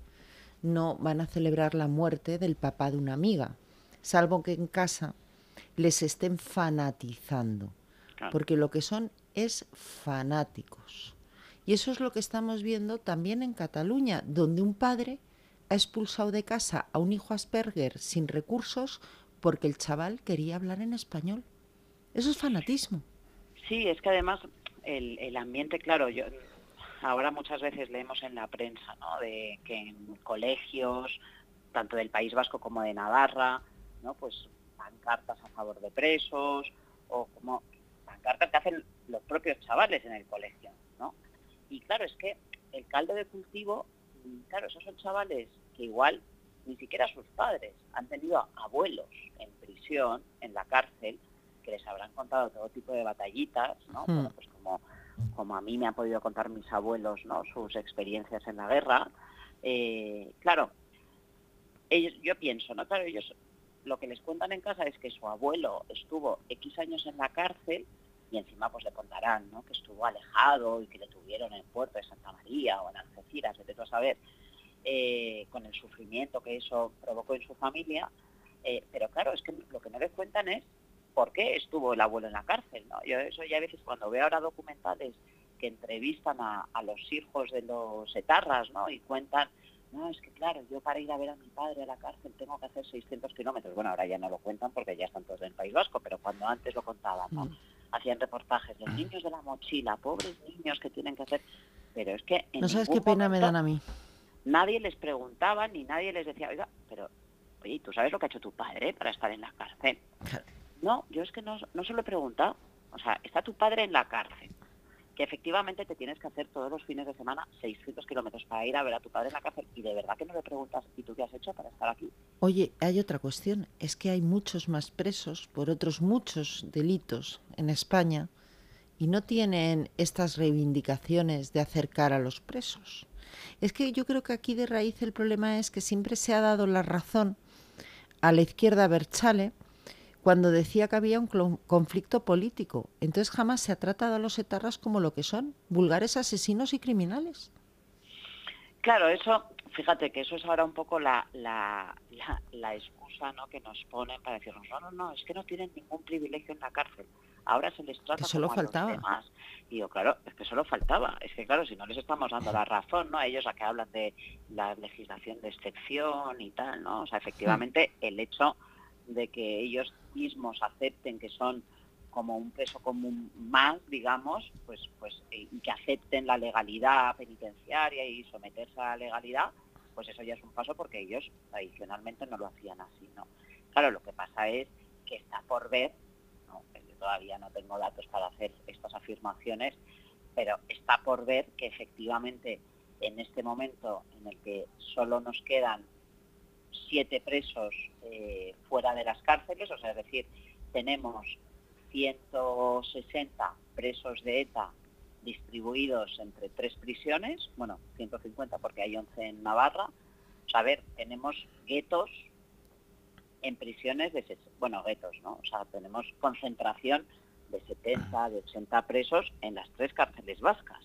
Speaker 2: no van a celebrar la muerte del papá de una amiga, salvo que en casa les estén fanatizando, porque lo que son es fanáticos. Y eso es lo que estamos viendo también en Cataluña, donde un padre ha expulsado de casa a un hijo Asperger sin recursos porque el chaval quería hablar en español. Eso es fanatismo.
Speaker 5: Sí, es que además el, el ambiente, claro, yo ahora muchas veces leemos en la prensa, ¿no?, de que en colegios, tanto del País Vasco como de Navarra, ¿no?, pues pancartas a favor de presos, o como pancartas que hacen los propios chavales en el colegio, ¿no? Y claro, es que el caldo de cultivo, claro, esos son chavales que igual ni siquiera sus padres han tenido abuelos en prisión, en la cárcel, que les habrán contado todo tipo de batallitas, ¿no? Hmm. Bueno, pues como, como a mí me han podido contar mis abuelos, ¿no?, sus experiencias en la guerra. Eh, claro, ellos, yo pienso, ¿no? Claro, ellos lo que les cuentan en casa es que su abuelo estuvo X años en la cárcel y encima pues le contarán, ¿no?, que estuvo alejado y que le tuvieron en Puerto de Santa María o en Algeciras, vete tú a saber, eh, con el sufrimiento que eso provocó en su familia. Eh, pero claro, es que lo que no les cuentan es por qué estuvo el abuelo en la cárcel, ¿no? Yo eso ya a veces cuando veo ahora documentales que que entrevistan a, a los hijos de los etarras, ¿no? Y cuentan, no, es que claro, yo para ir a ver a mi padre a la cárcel tengo que hacer seiscientos kilómetros. Bueno, ahora ya no lo cuentan porque ya están todos en el País Vasco, pero cuando antes lo contaban, ¿no? Mm. Hacían reportajes de niños de la mochila, pobres niños que tienen que hacer... Pero es que... En
Speaker 2: no sabes qué pena me dan a mí.
Speaker 5: Nadie les preguntaba ni nadie les decía, oiga, pero, oye, ¿tú sabes lo que ha hecho tu padre para estar en la cárcel? Claro. No, yo es que no, no se lo he preguntado. O sea, está tu padre en la cárcel, que efectivamente te tienes que hacer todos los fines de semana seiscientos kilómetros para ir a ver a tu padre en la cárcel, y de verdad que no le preguntas, ¿y tú qué has hecho para estar aquí?
Speaker 2: Oye, hay otra cuestión, es que hay muchos más presos por otros muchos delitos en España y no tienen estas reivindicaciones de acercar a los presos. Es que yo creo que aquí de raíz el problema es que siempre se ha dado la razón a la izquierda Berchale cuando decía que había un conflicto político. Entonces jamás se ha tratado a los etarras como lo que son, vulgares asesinos y criminales.
Speaker 5: Claro, eso, fíjate que eso es ahora un poco la, la, la, la excusa, ¿no?, que nos ponen para decirnos, no, no, no, es que no tienen ningún privilegio en la cárcel. Ahora se les trata
Speaker 2: como
Speaker 5: a los demás. Y yo, claro, es que solo faltaba. Es que, claro, si no les estamos dando la razón, ¿no? A ellos a que hablan de la legislación de excepción y tal, ¿no? O sea, efectivamente, el hecho de que ellos mismos acepten que son como un peso común más, digamos, pues, pues y que acepten la legalidad penitenciaria y someterse a la legalidad, pues eso ya es un paso porque ellos tradicionalmente no lo hacían así, ¿no? Claro, lo que pasa es que está por ver, ¿no? Yo todavía no tengo datos para hacer estas afirmaciones, pero está por ver que efectivamente en este momento en el que solo nos quedan siete presos eh, fuera de las cárceles, o sea, es decir, tenemos ciento sesenta presos de ETA distribuidos entre tres prisiones, bueno, ciento cincuenta porque hay once en Navarra. O sea, a ver, tenemos guetos en prisiones de, bueno, guetos, ¿no? O sea, tenemos concentración de setenta, de ochenta presos en las tres cárceles vascas.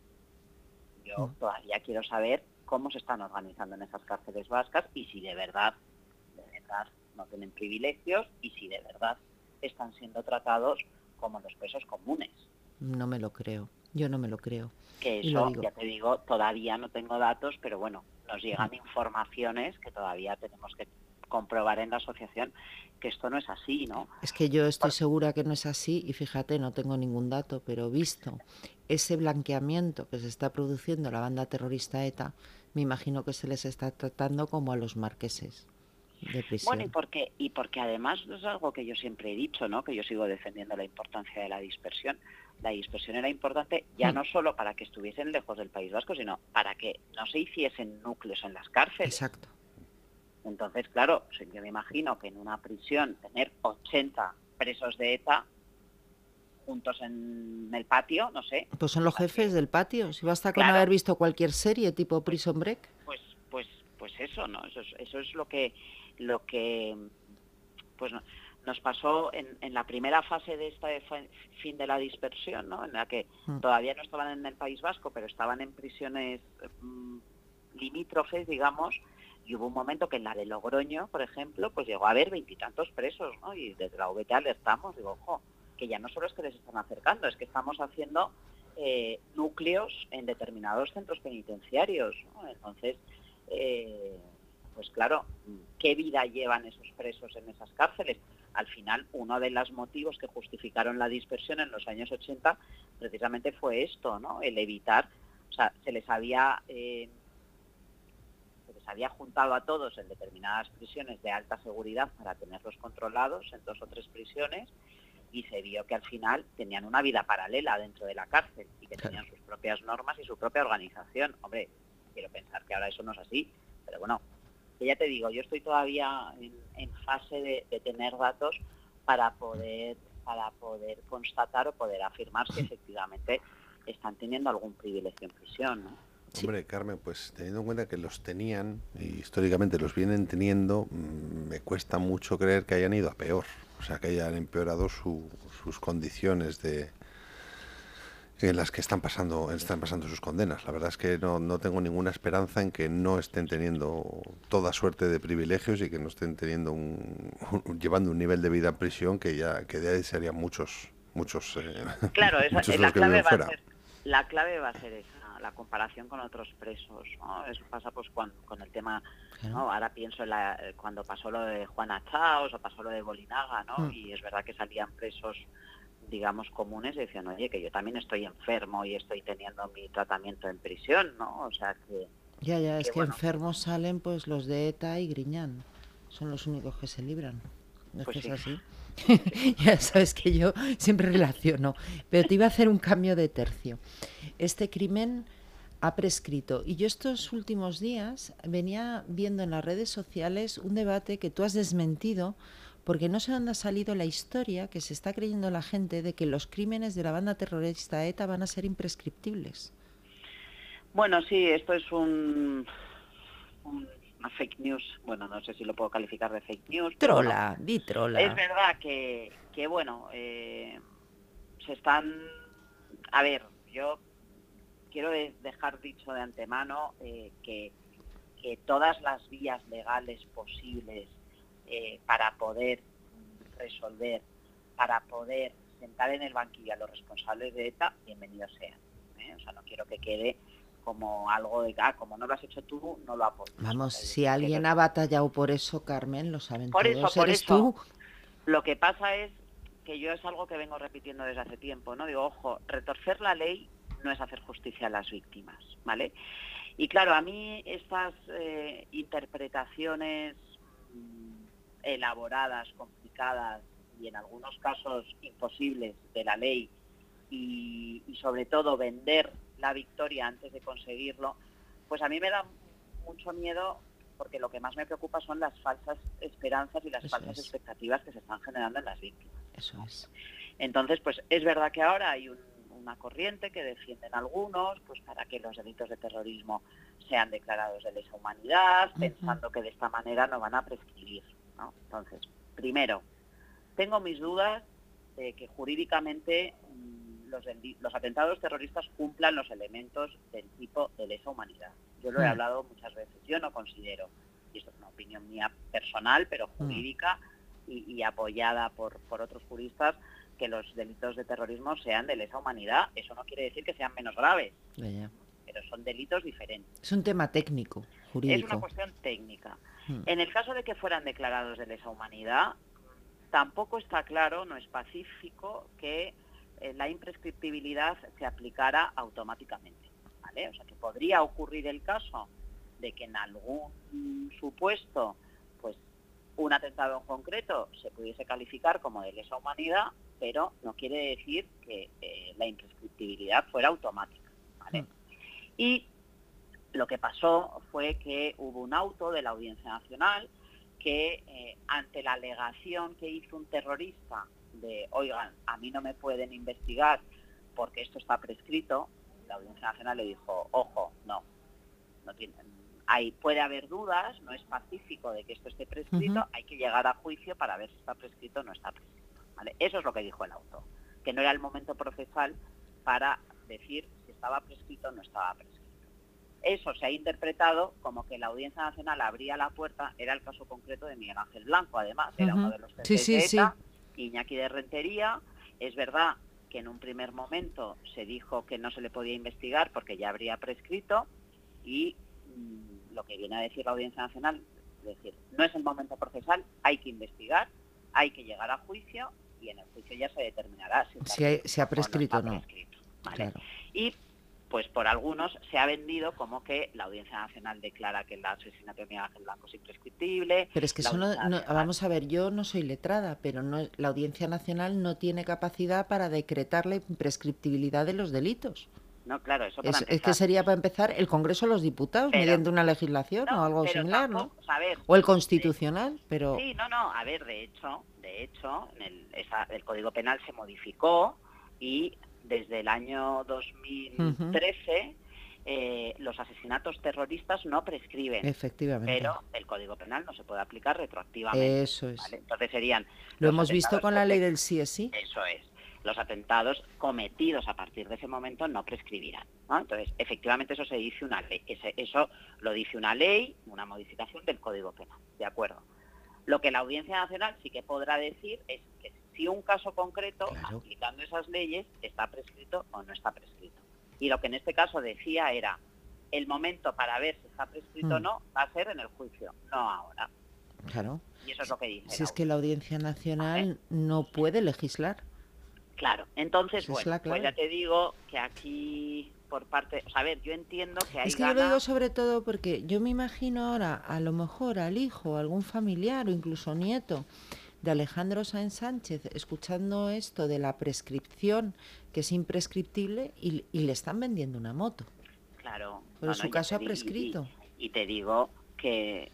Speaker 5: Yo todavía quiero saber cómo se están organizando en esas cárceles vascas y si de verdad, de verdad no tienen privilegios y si de verdad están siendo tratados como los presos comunes.
Speaker 2: No me lo creo, yo no me lo creo.
Speaker 5: Que eso, ya te digo, todavía no tengo datos, pero bueno, nos llegan informaciones que todavía tenemos que comprobar en la asociación que esto no es así, ¿no?
Speaker 2: Es que yo estoy segura que no es así y fíjate, no tengo ningún dato, pero visto ese blanqueamiento que se está produciendo la banda terrorista ETA, me imagino que se les está tratando como a los marqueses de prisión.
Speaker 5: Bueno, y porque, y porque además es algo que yo siempre he dicho, ¿no? Que yo sigo defendiendo la importancia de la dispersión. La dispersión era importante ya mm. no solo para que estuviesen lejos del País Vasco, sino para que no se hiciesen núcleos en las cárceles.
Speaker 2: Exacto.
Speaker 5: Entonces, claro, yo me imagino que en una prisión tener ochenta presos de ETA juntos en el patio, no sé.
Speaker 2: Pues son los jefes del patio, si basta con claro. haber visto cualquier serie tipo Prison Break.
Speaker 5: Pues, pues, pues eso, ¿no? Eso es, eso es lo que, lo que, pues nos pasó en, en la primera fase de este fin de la dispersión, ¿no? En la que mm. todavía no estaban en el País Vasco, pero estaban en prisiones mmm, limítrofes, digamos. Y hubo un momento que en la de Logroño, por ejemplo, pues llegó a haber veintitantos presos, ¿no? Y desde la V T alertamos, digo, ojo, que ya no solo es que les están acercando, es que estamos haciendo eh, núcleos en determinados centros penitenciarios, ¿no? Entonces, eh, pues claro, ¿qué vida llevan esos presos en esas cárceles? Al final, uno de los motivos que justificaron la dispersión en los años ochenta precisamente fue esto, ¿no? El evitar, o sea, se les había... Eh, había juntado a todos en determinadas prisiones de alta seguridad para tenerlos controlados en dos o tres prisiones y se vio que al final tenían una vida paralela dentro de la cárcel y que tenían sus propias normas y su propia organización. Hombre, quiero pensar que ahora eso no es así, pero bueno, que ya te digo, yo estoy todavía en, en fase de, de tener datos para poder, para poder constatar o poder afirmar si efectivamente están teniendo algún privilegio en prisión, ¿no?
Speaker 3: Sí. Hombre, Carmen, pues teniendo en cuenta que los tenían y históricamente los vienen teniendo, mmm, me cuesta mucho creer que hayan ido a peor, o sea, que hayan empeorado su, sus condiciones de en las que están pasando están pasando sus condenas. La verdad es que no, no tengo ninguna esperanza en que no estén teniendo toda suerte de privilegios y que no estén teniendo un, un llevando un nivel de vida en prisión que ya que ya serían muchos muchos eh,
Speaker 5: claro, esa,
Speaker 3: muchos
Speaker 5: la
Speaker 3: los que
Speaker 5: clave
Speaker 3: viven
Speaker 5: va
Speaker 3: fuera.
Speaker 5: A ser la clave va a ser esa, la comparación con otros presos, ¿no? Eso pasa pues cuando, con el tema,
Speaker 2: Claro.
Speaker 5: ¿no? Ahora pienso en la, cuando pasó lo de Juana Chaos o pasó lo de Bolinaga, ¿no?
Speaker 2: Mm.
Speaker 5: Y es verdad que salían presos, digamos, comunes y decían, oye, que yo también estoy enfermo y estoy teniendo mi tratamiento en prisión, ¿no? O sea que...
Speaker 2: Ya, ya, es
Speaker 5: que
Speaker 2: que
Speaker 5: bueno,
Speaker 2: enfermos salen pues los de ETA y Griñán. Son los únicos que se libran. Es
Speaker 5: pues
Speaker 2: que
Speaker 5: sí.
Speaker 2: es así. Ya sabes que yo siempre relaciono. Pero te iba a hacer un cambio de tercio. Este crimen ha prescrito. Y yo estos últimos días venía viendo en las redes sociales un debate que tú has desmentido, porque no sé dónde ha salido la historia que se está creyendo la gente de que los crímenes de la banda terrorista ETA van a ser imprescriptibles.
Speaker 5: Bueno, sí, esto es un, un- una fake news. Bueno, no sé si lo puedo calificar de fake news. Pero bueno,
Speaker 2: Trola, di trola.
Speaker 5: es verdad que, que bueno, eh, se están... A ver, yo quiero de- dejar dicho de antemano eh, que, que todas las vías legales posibles eh, para poder resolver, para poder sentar en el banquillo a los responsables de ETA, bienvenidos sean. ¿eh? O sea, no quiero que quede como algo de, ah, como no lo has hecho tú, no lo apoyas.
Speaker 2: Vamos,
Speaker 5: Es
Speaker 2: si
Speaker 5: decir, que
Speaker 2: alguien
Speaker 5: lo-
Speaker 2: ha batallado por eso, Carmen, lo saben
Speaker 5: Por
Speaker 2: todos.
Speaker 5: eso, por
Speaker 2: Eres
Speaker 5: eso.
Speaker 2: tú.
Speaker 5: Lo que pasa es que yo es algo que vengo repitiendo desde hace tiempo, ¿no? Digo, ojo, retorcer la ley no es hacer justicia a las víctimas, ¿vale? Y claro, a mí estas eh, interpretaciones mm, elaboradas, complicadas y en algunos casos imposibles de la ley y, y sobre todo vender la victoria antes de conseguirlo, pues a mí me da mucho miedo, porque lo que más me preocupa son las falsas esperanzas y las
Speaker 2: Eso
Speaker 5: falsas
Speaker 2: es.
Speaker 5: expectativas que se están generando en las víctimas.
Speaker 2: Eso es.
Speaker 5: Entonces, pues es verdad que ahora hay un, una corriente que defienden algunos, pues para que los delitos de terrorismo sean declarados de lesa humanidad,
Speaker 2: Ujú.
Speaker 5: pensando que de esta manera no van a prescribir, ¿no? Entonces, primero, tengo mis dudas de que jurídicamente mm, los, deli- los atentados terroristas cumplan los elementos del tipo de lesa humanidad. Yo lo he
Speaker 2: Mm.
Speaker 5: hablado muchas veces. Yo no considero, y esto es una opinión mía personal, pero jurídica y, y apoyada por, por otros juristas, que los delitos de terrorismo sean de lesa humanidad. Eso no quiere decir que sean menos graves,
Speaker 2: Ya, ya.
Speaker 5: pero son delitos diferentes.
Speaker 2: Es un tema técnico,
Speaker 5: Es una
Speaker 2: jurídico.
Speaker 5: cuestión técnica.
Speaker 2: Mm.
Speaker 5: En el caso de que fueran declarados de lesa humanidad, tampoco está claro, no es pacífico, que eh, la imprescriptibilidad se aplicara automáticamente, ¿vale? O sea, que podría ocurrir el caso de que en algún mm, supuesto, pues un atentado en concreto se pudiese calificar como de lesa humanidad, pero no quiere decir que eh, la imprescriptibilidad fuera automática, ¿vale?
Speaker 2: Mm.
Speaker 5: Y lo que pasó fue que hubo un auto de la Audiencia Nacional que eh, ante la alegación que hizo un terrorista de, oigan, a mí no me pueden investigar porque esto está prescrito, la Audiencia Nacional le dijo, ojo, no, no tiene, hay, puede haber dudas, no es pacífico de que esto esté prescrito,
Speaker 2: Ujú.
Speaker 5: hay que llegar a juicio para ver si está prescrito o no está prescrito, ¿vale? Eso es lo que dijo el auto, que no era el momento procesal para decir si estaba prescrito o no estaba prescrito. Eso se ha interpretado como que la Audiencia Nacional abría la puerta, era el caso concreto de Miguel Ángel Blanco, además, era
Speaker 2: Ujú.
Speaker 5: uno de los
Speaker 2: Sí,
Speaker 5: jefes
Speaker 2: sí,
Speaker 5: de
Speaker 2: sí.
Speaker 5: ETA, Iñaki de Rentería. Es verdad que en un primer momento se dijo que no se le podía investigar porque ya habría prescrito y mmm, lo que viene a decir la Audiencia Nacional es decir, no es el momento procesal, hay que investigar, hay que llegar a juicio y en el juicio ya se determinará si, está
Speaker 2: Si, hay- si ha
Speaker 5: prescrito
Speaker 2: prescrito
Speaker 5: o
Speaker 2: o
Speaker 5: no
Speaker 2: no.
Speaker 5: está prescrito, ¿vale?
Speaker 2: Claro.
Speaker 5: Y pues por algunos se ha vendido como que la Audiencia Nacional declara que el asesinato de Miguel Ángel Blanco es imprescriptible.
Speaker 2: Pero es que
Speaker 5: la
Speaker 2: eso no,
Speaker 5: Audiencia
Speaker 2: no-
Speaker 5: Nacional-
Speaker 2: vamos a ver, yo no soy letrada, pero no, la Audiencia Nacional no tiene capacidad para decretar la imprescriptibilidad de los delitos.
Speaker 5: No, claro, eso para
Speaker 2: Es, es
Speaker 5: empezar.
Speaker 2: que sería para empezar el Congreso de los Diputados
Speaker 5: Pero-
Speaker 2: mediante una legislación
Speaker 5: No,
Speaker 2: o algo
Speaker 5: pero
Speaker 2: similar,
Speaker 5: tampoco-
Speaker 2: ¿no?
Speaker 5: o sea, a ver,
Speaker 2: O el
Speaker 5: de-
Speaker 2: Constitucional, pero...
Speaker 5: Sí, no, no, a ver, de hecho, de hecho, en el, esa- el Código Penal se modificó y desde el año dos mil trece eh, los asesinatos terroristas no prescriben,
Speaker 2: Efectivamente.
Speaker 5: pero el Código Penal no se puede aplicar retroactivamente.
Speaker 2: Eso es.
Speaker 5: ¿vale? Entonces serían...
Speaker 2: Lo
Speaker 5: los
Speaker 2: hemos visto
Speaker 5: atentados
Speaker 2: con la
Speaker 5: cometidos-
Speaker 2: ley del sí es sí.
Speaker 5: Eso es. Los atentados cometidos a partir de ese momento no prescribirán, ¿no? Entonces, efectivamente eso se dice una ley, ese, eso lo dice una ley, una modificación del Código Penal, ¿de acuerdo? Lo que la Audiencia Nacional sí que podrá decir es que si un caso concreto,
Speaker 2: Claro.
Speaker 5: aplicando esas leyes, está prescrito o no está prescrito. Y lo que en este caso decía era, el momento para ver si está prescrito o
Speaker 2: Mm.
Speaker 5: no va a ser en el juicio, no ahora.
Speaker 2: Claro.
Speaker 5: Y eso es lo que dice.
Speaker 2: Si es que la Audiencia Nacional no puede legislar.
Speaker 5: Claro, entonces,
Speaker 2: Esa es
Speaker 5: bueno,
Speaker 2: la
Speaker 5: pues
Speaker 2: clave.
Speaker 5: ya te digo que aquí, por parte, o sea, a ver, yo entiendo que hay
Speaker 2: Es que yo lo digo
Speaker 5: ganas,
Speaker 2: sobre todo porque yo me imagino ahora, a lo mejor al hijo, a algún familiar o incluso nieto de Alejandro Sáenz Sánchez escuchando esto de la prescripción, que es imprescriptible, y, y le están vendiendo una moto.
Speaker 5: claro,
Speaker 2: Pero
Speaker 5: no,
Speaker 2: su
Speaker 5: no, ya
Speaker 2: caso
Speaker 5: te
Speaker 2: ha
Speaker 5: di-
Speaker 2: prescrito.
Speaker 5: Y, y- y te digo que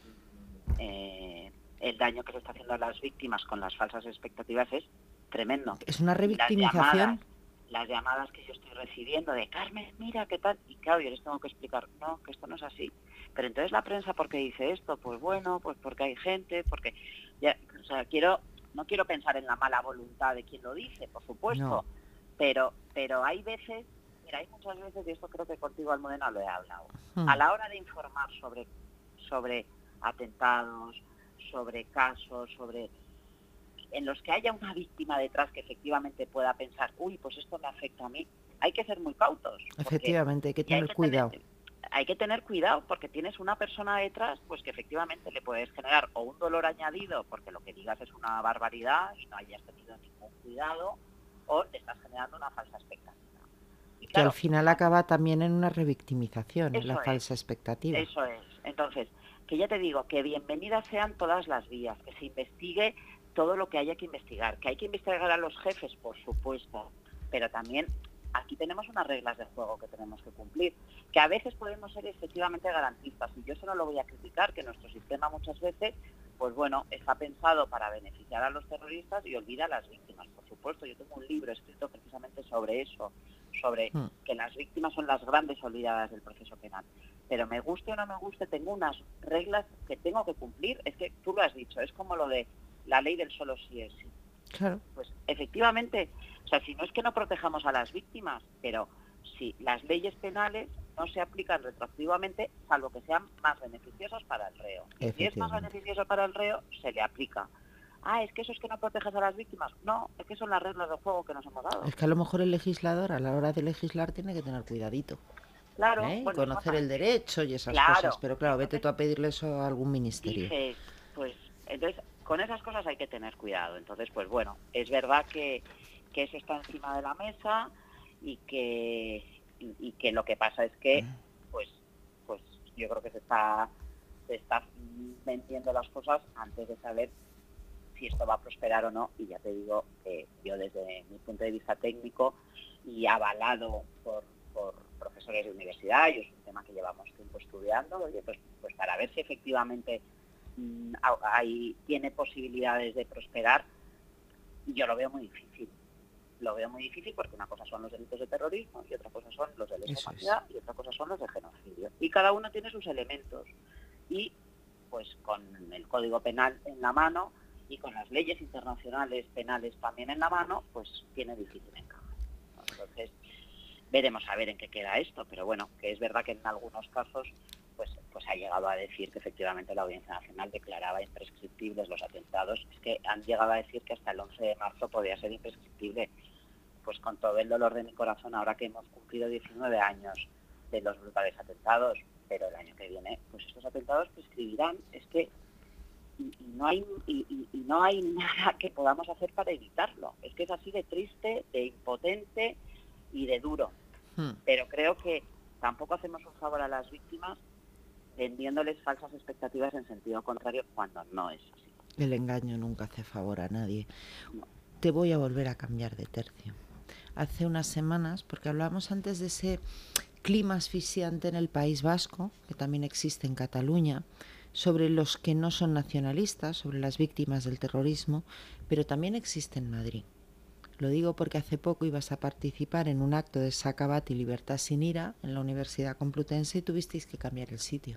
Speaker 5: eh, el daño que se está haciendo a las víctimas con las falsas expectativas es tremendo.
Speaker 2: Es una
Speaker 5: Las
Speaker 2: revictimización.
Speaker 5: llamadas, las llamadas que yo estoy recibiendo de Carmen, mira qué tal, y claro, yo les tengo que explicar, no, que esto no es así. Pero entonces la prensa, ¿por qué dice esto? Pues bueno, pues porque hay gente, porque, ya, o sea, quiero, no quiero pensar en la mala voluntad de quien lo dice, por supuesto,
Speaker 2: No.
Speaker 5: pero, pero hay veces, mira, hay muchas veces, y esto creo que contigo, Almudena, lo he hablado,
Speaker 2: Hmm.
Speaker 5: a la hora de informar sobre, sobre atentados, sobre casos, sobre en los que haya una víctima detrás que efectivamente pueda pensar, uy, pues esto me afecta a mí, hay que ser muy cautos. porque-
Speaker 2: Efectivamente, hay que
Speaker 5: y
Speaker 2: tener
Speaker 5: que
Speaker 2: cuidado.
Speaker 5: tener- hay que tener cuidado porque tienes una persona detrás pues que efectivamente le puedes generar o un dolor añadido porque lo que digas es una barbaridad y no hayas tenido ningún cuidado, o le estás generando una falsa expectativa. Y
Speaker 2: Que
Speaker 5: claro,
Speaker 2: al final acaba también en una revictimización, en
Speaker 5: Eso
Speaker 2: la
Speaker 5: es.
Speaker 2: falsa expectativa.
Speaker 5: Eso es. Entonces, que ya te digo, que bienvenidas sean todas las vías, que se investigue todo lo que haya que investigar, que hay que investigar a los jefes, por supuesto, pero también aquí tenemos unas reglas de juego que tenemos que cumplir, que a veces podemos ser efectivamente garantistas, y yo eso no lo voy a criticar, que nuestro sistema muchas veces, pues bueno, está pensado para beneficiar a los terroristas y olvida a las víctimas, por supuesto. Yo tengo un libro escrito precisamente sobre eso, sobre
Speaker 2: Hmm.
Speaker 5: que las víctimas son las grandes olvidadas del proceso penal. Pero me guste o no me guste, tengo unas reglas que tengo que cumplir. Es que tú lo has dicho, es como lo de la ley del solo sí es sí.
Speaker 2: Claro.
Speaker 5: Pues efectivamente, o sea, si no es que no protejamos a las víctimas, pero si las leyes penales no se aplican retroactivamente, salvo que sean más beneficiosas para el reo. Y si es más
Speaker 2: Efectivamente.
Speaker 5: beneficioso para el reo, se le aplica. Ah, es que eso es que no proteges a las víctimas. No, es que son las reglas del juego que nos hemos dado.
Speaker 2: Es que a lo mejor el legislador a la hora de legislar tiene que tener cuidadito.
Speaker 5: Claro,
Speaker 2: ¿eh? Y
Speaker 5: bueno,
Speaker 2: conocer el derecho y esas
Speaker 5: Claro.
Speaker 2: cosas. Pero claro, vete tú a pedirle eso a algún ministerio.
Speaker 5: dices, pues, entonces, con esas cosas hay que tener cuidado. Entonces, pues bueno, es verdad que, que eso está encima de la mesa y que y, y que lo que pasa es que, pues, pues yo creo que se está se está vendiendo las cosas antes de saber si esto va a prosperar o no. Y ya te digo que yo desde mi punto de vista técnico y avalado por, por profesores de universidad, y es un tema que llevamos tiempo estudiando, oye, pues, pues para ver si efectivamente mmm, hay, tiene posibilidades de prosperar, yo lo veo muy difícil. Lo veo muy difícil porque una cosa son los delitos de terrorismo y otra cosa son los de lesa humanidad y otra cosa son los de genocidio. Y cada uno tiene sus elementos. Y pues con el Código Penal en la mano y con las leyes internacionales penales también en la mano, pues tiene difícil encajar. Entonces, veremos a ver en qué queda esto, pero bueno, que es verdad que en algunos casos pues pues ha llegado a decir que efectivamente la Audiencia Nacional declaraba imprescriptibles los atentados. Es que han llegado a decir que hasta el once de marzo podía ser imprescriptible. Pues con todo el dolor de mi corazón, ahora que hemos cumplido diecinueve años de los brutales atentados, pero el año que viene, pues estos atentados prescribirán. Es que y, y no hay y, y, y no hay nada que podamos hacer para evitarlo. Es que es así de triste, de impotente y de duro. Hmm. Pero creo que tampoco hacemos un favor a las víctimas vendiéndoles falsas expectativas en sentido contrario cuando no es así.
Speaker 2: El engaño nunca hace favor a nadie.
Speaker 5: No.
Speaker 2: Te voy a volver a cambiar de tercio. Hace unas semanas, porque hablábamos antes de ese clima asfixiante en el País Vasco, que también existe en Cataluña, sobre los que no son nacionalistas, sobre las víctimas del terrorismo, pero también existe en Madrid. Lo digo porque hace poco ibas a participar en un acto de Sacabát y Libertad sin ira en la Universidad Complutense y tuvisteis que cambiar el sitio.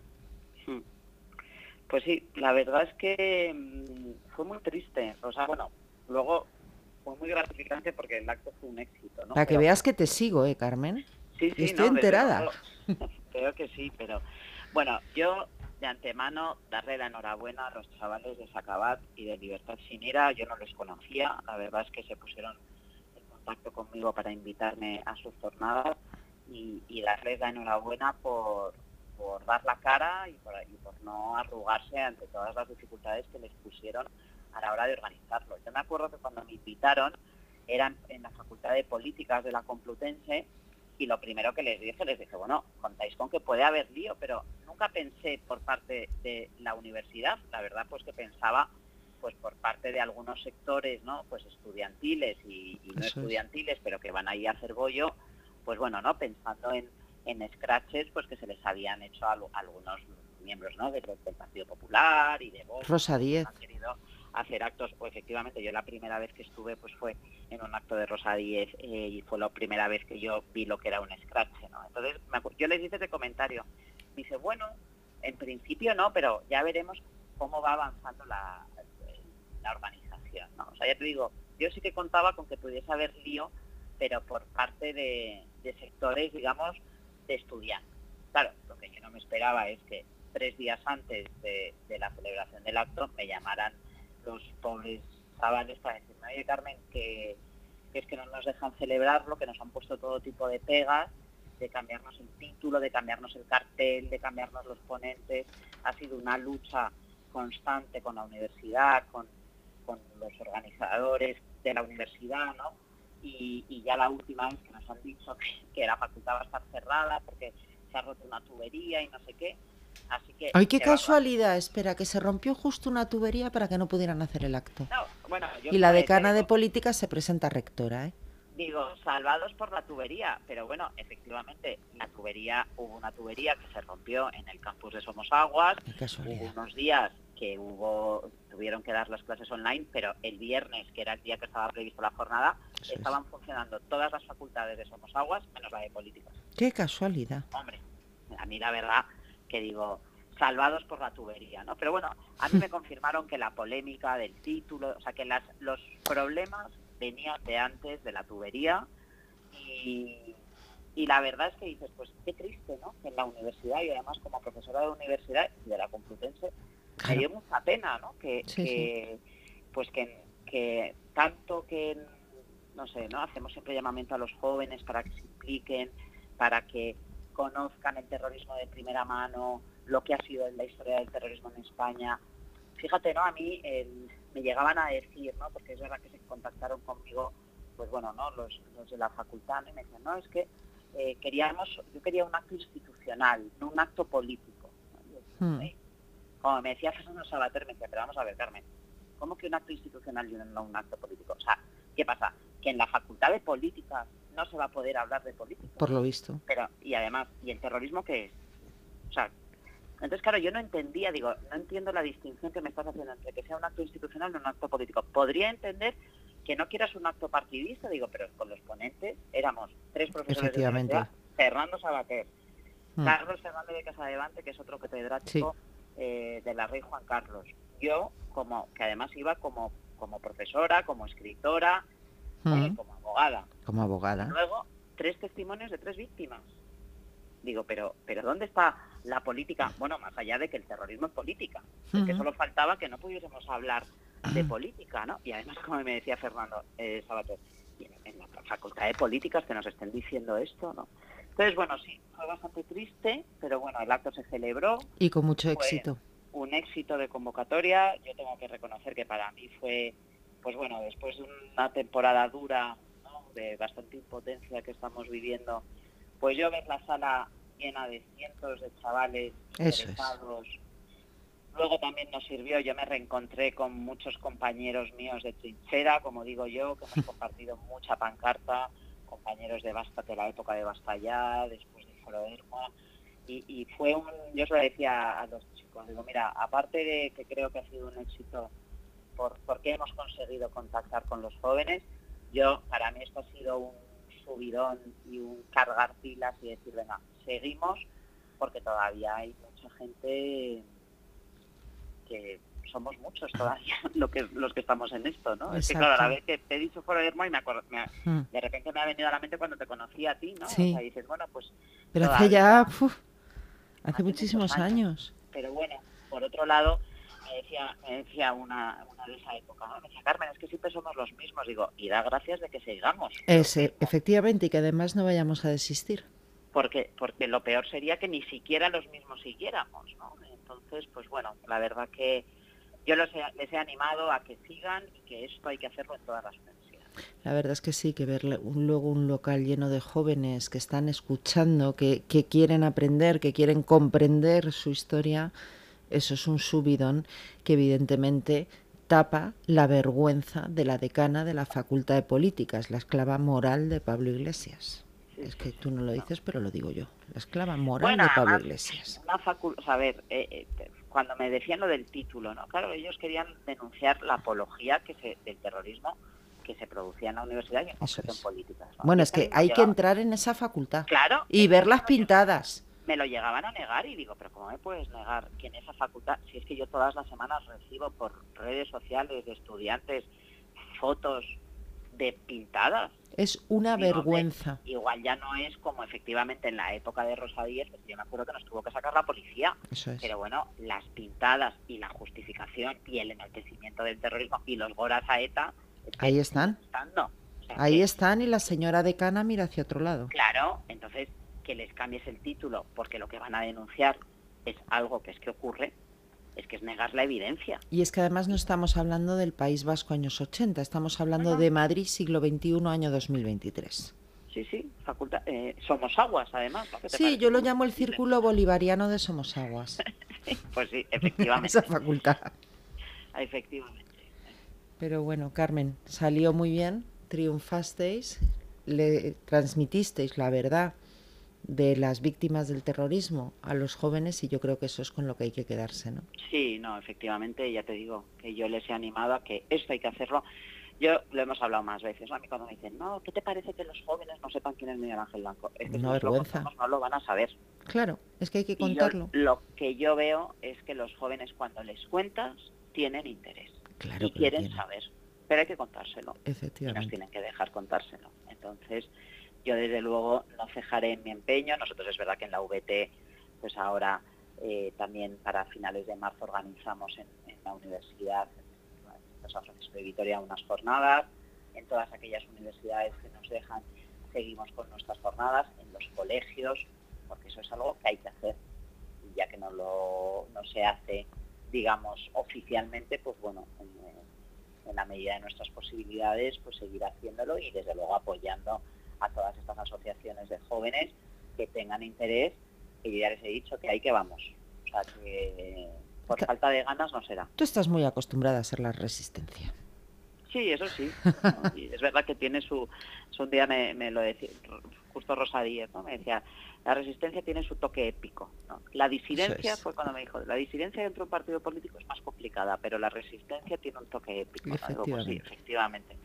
Speaker 5: Pues sí, la verdad es que mmm, fue muy triste. O sea, bueno, luego fue muy gratificante porque el acto fue un éxito, ¿no?
Speaker 2: Para que
Speaker 5: pero...
Speaker 2: veas que te sigo, ¿eh, Carmen?
Speaker 5: Sí, sí,
Speaker 2: estoy
Speaker 5: no,
Speaker 2: enterada.
Speaker 5: Luego, creo que sí, pero bueno, yo de antemano darle la enhorabuena a los chavales de Sacabát y de Libertad sin ira. Yo no les conocía, la verdad es que se pusieron en contacto conmigo para invitarme a sus jornadas y, y darles la enhorabuena por, por dar la cara y por, y por no arrugarse ante todas las dificultades que les pusieron a la hora de organizarlo. Yo me acuerdo que cuando me invitaron era en, en la Facultad de Políticas de la Complutense, y lo primero que les dije, les dije, bueno, contáis con que puede haber lío, pero nunca pensé por parte de la universidad, la verdad pues que pensaba pues por parte de algunos sectores, ¿no? Pues estudiantiles y, y no
Speaker 2: Eso
Speaker 5: estudiantiles, es. Pero que van ahí a hacer bollo, pues bueno, ¿no? Pensando en, en scratches pues que se les habían hecho a, a algunos miembros, ¿no? Del, del Partido Popular y de Vox.
Speaker 2: Rosa Díez.
Speaker 5: Han querido hacer actos, o efectivamente yo la primera vez que estuve pues fue en un acto de Rosa Díez eh, y fue la primera vez que yo vi lo que era un scratch, ¿no? Entonces me yo les hice ese comentario, me dice, bueno, en principio no, pero ya veremos cómo va avanzando la, la organización, ¿no? O sea, ya te digo, yo sí que contaba con que pudiese haber lío, pero por parte de, de sectores, digamos, de estudiantes. Claro, lo que yo no me esperaba es que tres días antes de, de la celebración del acto me llamaran los pobres chavales para decirme, oye Carmen, que, que es que no nos dejan celebrarlo, que nos han puesto todo tipo de pegas, de cambiarnos el título, de cambiarnos el cartel, de cambiarnos los ponentes. Ha sido una lucha constante con la universidad, con, con los organizadores de la universidad, ¿no? Y, y ya la última vez que nos han dicho que, que la facultad va a estar cerrada porque se ha roto una tubería y no sé qué. Así que,
Speaker 2: ¡ay, qué casualidad! Va. Espera, que se rompió justo una tubería para que no pudieran hacer el acto.
Speaker 5: No, bueno, yo
Speaker 2: y la decana de políticas se presenta rectora, ¿eh?
Speaker 5: Digo, salvados por la tubería, pero bueno, efectivamente, la tubería, hubo una tubería que se rompió en el campus de Somos Aguas, hubo unos días que hubo tuvieron que dar las clases online, pero el viernes, que era el día que estaba previsto la jornada, Eso estaban es. funcionando todas las facultades de Somos Aguas, menos la de políticas.
Speaker 2: ¡Qué casualidad!
Speaker 5: Hombre, a mí la verdad que digo, salvados por la tubería, ¿no? Pero bueno, a mí me confirmaron que la polémica del título, o sea, que las, los problemas venían de antes de la tubería y, y la verdad es que dices, pues qué triste, ¿no? Que en la universidad, y además como profesora de universidad y de la Complutense, claro. me dio mucha pena, ¿no? Que,
Speaker 2: sí,
Speaker 5: que
Speaker 2: sí.
Speaker 5: pues que, que tanto que, no sé, ¿no? Hacemos siempre llamamiento a los jóvenes para que se impliquen, para que conozcan el terrorismo de primera mano, lo que ha sido la historia del terrorismo en España. Fíjate, ¿no? A mí el, me llegaban a decir, ¿no? Porque es verdad que se contactaron conmigo, pues bueno, ¿no? Los, los de la facultad, ¿no? Y me decían, no, es que eh, queríamos, yo quería un acto institucional, no un acto político. ¿No?
Speaker 2: Hmm.
Speaker 5: ¿Sí? Como me decía Fernando Sabater, me decía, pero vamos a ver, Carmen, ¿cómo que un acto institucional y no un acto político? O sea, ¿qué pasa? Que en la facultad de políticas no se va a poder hablar de política.
Speaker 2: Por lo visto.
Speaker 5: Pero, y además, ¿y el terrorismo qué es? O sea, entonces, claro, yo no entendía, digo, no entiendo la distinción que me estás haciendo entre que sea un acto institucional y un acto político. Podría entender que no quieras un acto partidista, digo, pero con los ponentes éramos tres profesores de universidad, Fernando Sabater, hmm. Carlos Fernández de Casadevante, que es otro catedrático sí. eh, de la Rey Juan Carlos. Yo, como que además iba como, como profesora, como escritora, hmm. eh, como abogada.
Speaker 2: Como abogada.
Speaker 5: Y luego, tres testimonios de tres víctimas. Digo, pero pero ¿dónde está la política? Bueno, más allá de que el terrorismo es política. Uh-huh. Es que solo faltaba que no pudiésemos hablar de política, ¿no? Y además, como me decía Fernando eh, Sabater, en la facultad de políticas que nos estén diciendo esto, ¿no? Entonces, bueno, sí, fue bastante triste, pero bueno, el acto se celebró.
Speaker 2: Y con mucho éxito.
Speaker 5: Un éxito de convocatoria. Yo tengo que reconocer que para mí fue, pues bueno, después de una temporada dura, ¿no? De bastante impotencia que estamos viviendo, pues yo ver la sala llena de cientos de chavales interesados. Es. Luego también nos sirvió, yo me reencontré con muchos compañeros míos de trinchera, como digo yo, que hemos compartido mucha pancarta, compañeros de Basta, de la época de Basta Ya, después de Foro Erma, y, y fue un, yo se lo decía a los chicos, digo, mira, aparte de que creo que ha sido un éxito por porque hemos conseguido contactar con los jóvenes, yo, para mí esto ha sido un subidón y un cargar pilas y decir, venga, seguimos, porque todavía hay mucha gente que somos muchos todavía lo que, los que estamos en esto, ¿no? Exacto. Es que claro, a la vez que te he dicho Foro Erma y me acuerdo, me, hmm. de repente me ha venido a la mente cuando te conocí a ti, ¿no?
Speaker 2: Sí.
Speaker 5: O sea, dices, bueno, pues...
Speaker 2: Pero hace ya, uf, hace, hace muchísimos años.
Speaker 5: años. Pero bueno, por otro lado, me decía, me decía una, una de esa época, ¿no? Me decía, Carmen, es que siempre somos los mismos. Digo, y da gracias de que sigamos.
Speaker 2: Ese, efectivamente, y que además no vayamos a desistir.
Speaker 5: porque porque lo peor sería que ni siquiera los mismos siguiéramos, ¿no? Entonces, pues bueno, la verdad que yo los he, les he animado a que sigan y que esto hay que hacerlo en todas las universidades.
Speaker 2: La verdad es que sí, que ver un, luego un local lleno de jóvenes que están escuchando, que, que quieren aprender, que quieren comprender su historia, eso es un subidón que evidentemente tapa la vergüenza de la decana de la Facultad de Políticas, la esclava moral de Pablo Iglesias. Sí, es que tú no lo dices, pero lo digo yo. La esclava moral
Speaker 5: bueno,
Speaker 2: de Pablo
Speaker 5: además,
Speaker 2: Iglesias.
Speaker 5: Una facul o sea, a ver, eh, eh, cuando me decían lo del título, ¿no? Claro, ellos querían denunciar la apología que se, del terrorismo que se producía en la universidad y en concreto en políticas, ¿no?
Speaker 2: Bueno,
Speaker 5: y
Speaker 2: es que hay que entrar en esa facultad.
Speaker 5: Claro.
Speaker 2: Y verlas pintadas.
Speaker 5: Me lo llegaban a negar y digo, pero ¿cómo me puedes negar que en esa facultad, si es que yo todas las semanas recibo por redes sociales de estudiantes fotos de pintadas?
Speaker 2: Es una
Speaker 5: Digo,
Speaker 2: vergüenza.
Speaker 5: De, igual ya no es como efectivamente en la época de Rosa Díez, que yo me acuerdo que nos tuvo que sacar la policía.
Speaker 2: Eso es.
Speaker 5: Pero bueno, las pintadas y la justificación y el enaltecimiento del terrorismo y los goras a ETA... Es que
Speaker 2: ahí están.
Speaker 5: Estando. O sea,
Speaker 2: ahí
Speaker 5: que,
Speaker 2: están y la señora decana mira hacia otro lado.
Speaker 5: Claro, entonces que les cambies el título porque lo que van a denunciar es algo que es que ocurre, es que es negar la evidencia.
Speaker 2: Y es que además no estamos hablando del País Vasco años ochenta, estamos hablando
Speaker 5: Ajá.
Speaker 2: de Madrid siglo veintiuno, año dos mil veintitrés.
Speaker 5: Sí, sí, facultad, eh, Somosaguas además. ¿No?
Speaker 2: Sí, yo lo llamo el círculo bolivariano de Somosaguas.
Speaker 5: Pues sí, efectivamente.
Speaker 2: Esa facultad.
Speaker 5: Efectivamente.
Speaker 2: Pero bueno, Carmen, salió muy bien, triunfasteis, le transmitisteis la verdad de las víctimas del terrorismo a los jóvenes y yo creo que eso es con lo que hay que quedarse, ¿no?
Speaker 5: Sí, no, efectivamente, ya te digo, que yo les he animado a que esto hay que hacerlo. Yo lo hemos hablado más veces, ¿no? A mí cuando me dicen, no, ¿qué te parece que los jóvenes no sepan quién es Miguel Ángel Blanco? Es que
Speaker 2: Una
Speaker 5: si
Speaker 2: vergüenza.
Speaker 5: Lo contamos, no lo van a saber.
Speaker 2: Claro, es que hay que contarlo.
Speaker 5: Y yo, lo que yo veo es que los jóvenes cuando les cuentas tienen interés.
Speaker 2: Claro
Speaker 5: y
Speaker 2: que
Speaker 5: quieren
Speaker 2: tiene.
Speaker 5: saber, pero hay que contárselo.
Speaker 2: Efectivamente.
Speaker 5: Y nos tienen que dejar contárselo. Entonces, yo desde luego no cejaré en mi empeño. Nosotros es verdad que en la V T, pues ahora eh, también para finales de marzo organizamos en, en la universidad, en San Francisco de Vitoria, unas jornadas. En todas aquellas universidades que nos dejan, seguimos con nuestras jornadas, en los colegios, porque eso es algo que hay que hacer. Y ya que no, lo, no se hace, digamos, oficialmente, pues bueno, en, en la medida de nuestras posibilidades, pues seguir haciéndolo y desde luego apoyando a todas estas asociaciones de jóvenes que tengan interés, que yo ya les he dicho que ahí que vamos. O sea, que por falta de ganas no será.
Speaker 2: Tú estás muy acostumbrada a ser la resistencia.
Speaker 5: Sí, eso sí. ¿No? Y es verdad que tiene su... Un día me, me lo decía, justo Rosa Díez, ¿no? Me decía, la resistencia tiene su toque épico, ¿no? La disidencia, es. fue cuando me dijo, la disidencia dentro de un partido político es más complicada, pero la resistencia tiene un toque épico.
Speaker 2: Efectivamente.
Speaker 5: ¿No? Pues sí, efectivamente.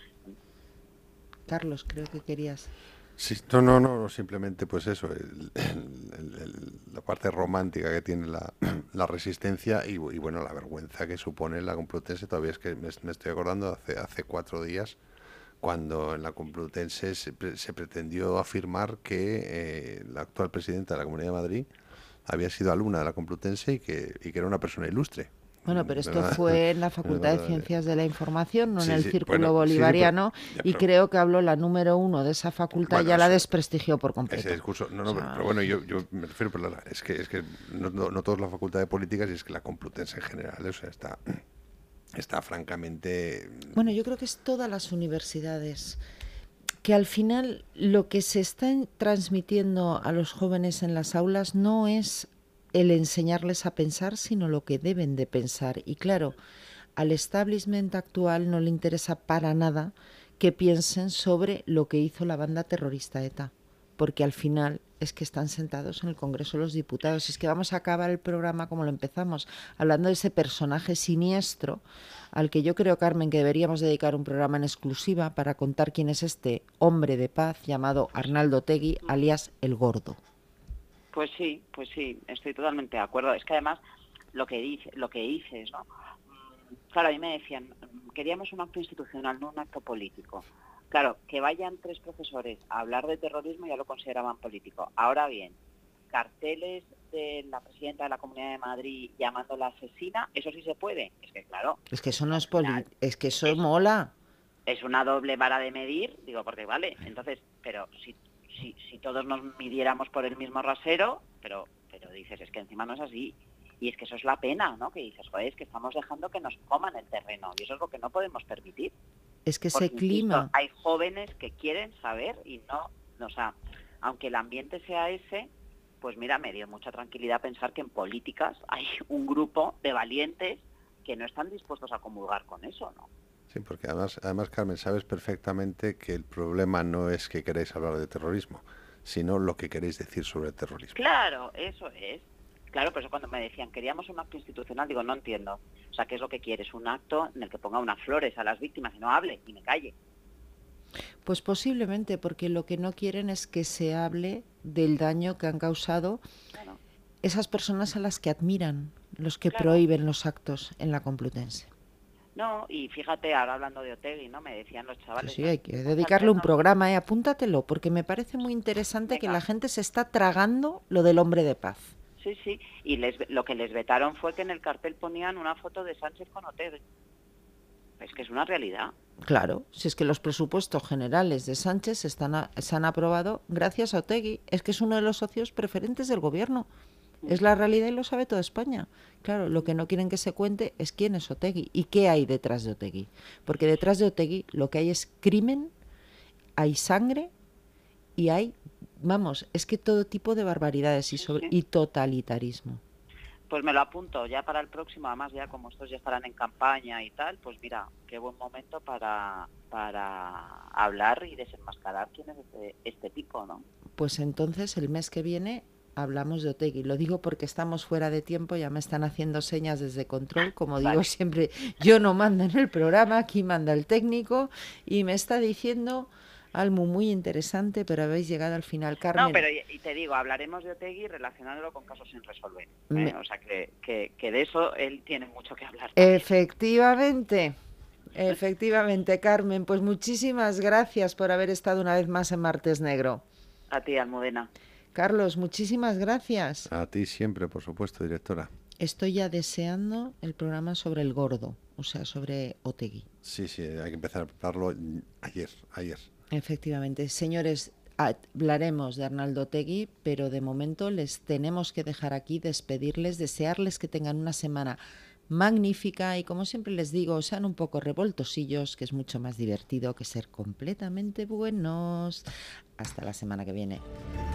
Speaker 2: Carlos, creo que querías...
Speaker 3: Sí, no, no, no, simplemente pues eso, el, el, el, la parte romántica que tiene la, la resistencia y, y bueno, la vergüenza que supone la Complutense. Todavía es que me, me estoy acordando hace, hace cuatro días cuando en la Complutense se, se pretendió afirmar que eh, la actual presidenta de la Comunidad de Madrid había sido alumna de la Complutense y que, y que era una persona ilustre.
Speaker 2: Bueno, pero esto fue en la Facultad de Ciencias de la Información, no
Speaker 3: sí,
Speaker 2: en el
Speaker 3: sí,
Speaker 2: Círculo
Speaker 3: bueno,
Speaker 2: Bolivariano,
Speaker 3: sí, sí, pero,
Speaker 2: y
Speaker 3: pero,
Speaker 2: creo que habló la número uno de esa facultad,
Speaker 3: bueno,
Speaker 2: ya la
Speaker 3: eso,
Speaker 2: desprestigió por completo.
Speaker 3: Ese discurso, no, no,
Speaker 2: o sea,
Speaker 3: pero, pero bueno, yo, yo me refiero, pero es que, es que no, no, no todos la Facultad de Políticas y es que la Complutense en general, o sea, está, está francamente...
Speaker 2: Bueno, yo creo que es todas las universidades, que al final lo que se está transmitiendo a los jóvenes en las aulas no es el enseñarles a pensar, sino lo que deben de pensar. Y claro, al establishment actual no le interesa para nada que piensen sobre lo que hizo la banda terrorista ETA, porque al final es que están sentados en el Congreso de los Diputados. Es que vamos a acabar el programa como lo empezamos, hablando de ese personaje siniestro, al que yo creo, Carmen, que deberíamos dedicar un programa en exclusiva para contar quién es este hombre de paz llamado Arnaldo Otegi, alias El Gordo.
Speaker 5: Pues sí, pues sí, estoy totalmente de acuerdo. Es que además lo que dice, lo que dices, ¿no? Claro, a mí me decían, queríamos un acto institucional, no un acto político. Claro, que vayan tres profesores a hablar de terrorismo ya lo consideraban político. Ahora bien, carteles de la presidenta de la Comunidad de Madrid llamándola asesina, eso sí se puede. Es que claro.
Speaker 2: Es que eso no es político, es que eso es, mola.
Speaker 5: Es una doble vara de medir, digo, porque vale, entonces, pero si si, si todos nos midiéramos por el mismo rasero, pero, pero dices, es que encima no es así. Y es que eso es la pena, ¿no? Que dices, joder, es que estamos dejando que nos coman el terreno y eso es lo que no podemos permitir.
Speaker 2: Es que
Speaker 5: Porque,
Speaker 2: ese clima...
Speaker 5: insisto, hay jóvenes que quieren saber y no, o sea, aunque el ambiente sea ese, pues mira, me dio mucha tranquilidad pensar que en políticas hay un grupo de valientes que no están dispuestos a comulgar con eso, ¿no?
Speaker 4: Sí, porque además, además, Carmen, sabes perfectamente que el problema no es que queréis hablar de terrorismo, sino lo que queréis decir sobre el terrorismo.
Speaker 5: Claro, eso es. Claro, por eso cuando me decían, queríamos un acto institucional, digo, no entiendo. O sea, ¿qué es lo que quieres? Un acto en el que ponga unas flores a las víctimas y no hable y me calle.
Speaker 2: Pues posiblemente, porque lo que no quieren es que se hable del daño que han causado
Speaker 5: Claro.
Speaker 2: esas personas a las que admiran, los que
Speaker 5: Claro.
Speaker 2: prohíben los actos en la Complutense.
Speaker 5: No, y fíjate, ahora hablando de Otegi, ¿no? Me decían los
Speaker 2: Sí,
Speaker 5: chavales...
Speaker 2: sí,
Speaker 5: ¿no?
Speaker 2: hay que
Speaker 5: Pues
Speaker 2: dedicarle un
Speaker 5: hacernos-
Speaker 2: programa, ¿eh? Apúntatelo, porque me parece muy interesante que
Speaker 5: Venga.
Speaker 2: la gente se está tragando lo del hombre de paz.
Speaker 5: Sí, sí, y les, lo que les vetaron fue que en el cartel ponían una foto de Sánchez con Otegi. Es que es una realidad.
Speaker 2: Claro, si es que los presupuestos generales de Sánchez están a- se han aprobado gracias a Otegi, es que es uno de los socios preferentes del gobierno. Es la realidad y lo sabe toda España. Claro, lo que no quieren que se cuente es quién es Otegi y qué hay detrás de Otegi. Porque detrás de Otegi lo que hay es crimen, hay sangre y hay, vamos, es que todo tipo de barbaridades y, sobre, y totalitarismo.
Speaker 5: Pues me lo apunto ya para el próximo, además ya como estos ya estarán en campaña y tal, pues mira, qué buen momento para, para hablar y desenmascarar quién es este, este tipo, ¿no?
Speaker 2: Pues entonces el mes que viene hablamos de Otegi. Lo digo porque estamos fuera de tiempo, ya me están haciendo señas desde control, como digo
Speaker 5: Vale.
Speaker 2: siempre, yo no mando en el programa, aquí manda el técnico y me está diciendo algo muy interesante, pero habéis llegado al final, Carmen.
Speaker 5: No, pero y, y te digo, hablaremos de Otegi relacionándolo con casos sin resolver. ¿eh?
Speaker 2: Me-
Speaker 5: O sea, que, que, que de eso él tiene mucho que hablar.
Speaker 2: Efectivamente, efectivamente, Carmen, pues muchísimas gracias por haber estado una vez más en Martes Negro.
Speaker 5: A ti, Almudena.
Speaker 2: Carlos, muchísimas gracias.
Speaker 4: A ti siempre, por supuesto, directora.
Speaker 2: Estoy ya deseando el programa sobre el gordo, o sea, sobre Otegi.
Speaker 4: Sí, sí, hay que empezar a prepararlo ayer, ayer.
Speaker 2: Efectivamente. Señores, hablaremos de Arnaldo Otegi, pero de momento les tenemos que dejar aquí, despedirles, desearles que tengan una semana magnífica y, como siempre les digo, sean un poco revoltosillos, que es mucho más divertido que ser completamente buenos. Hasta la semana que viene.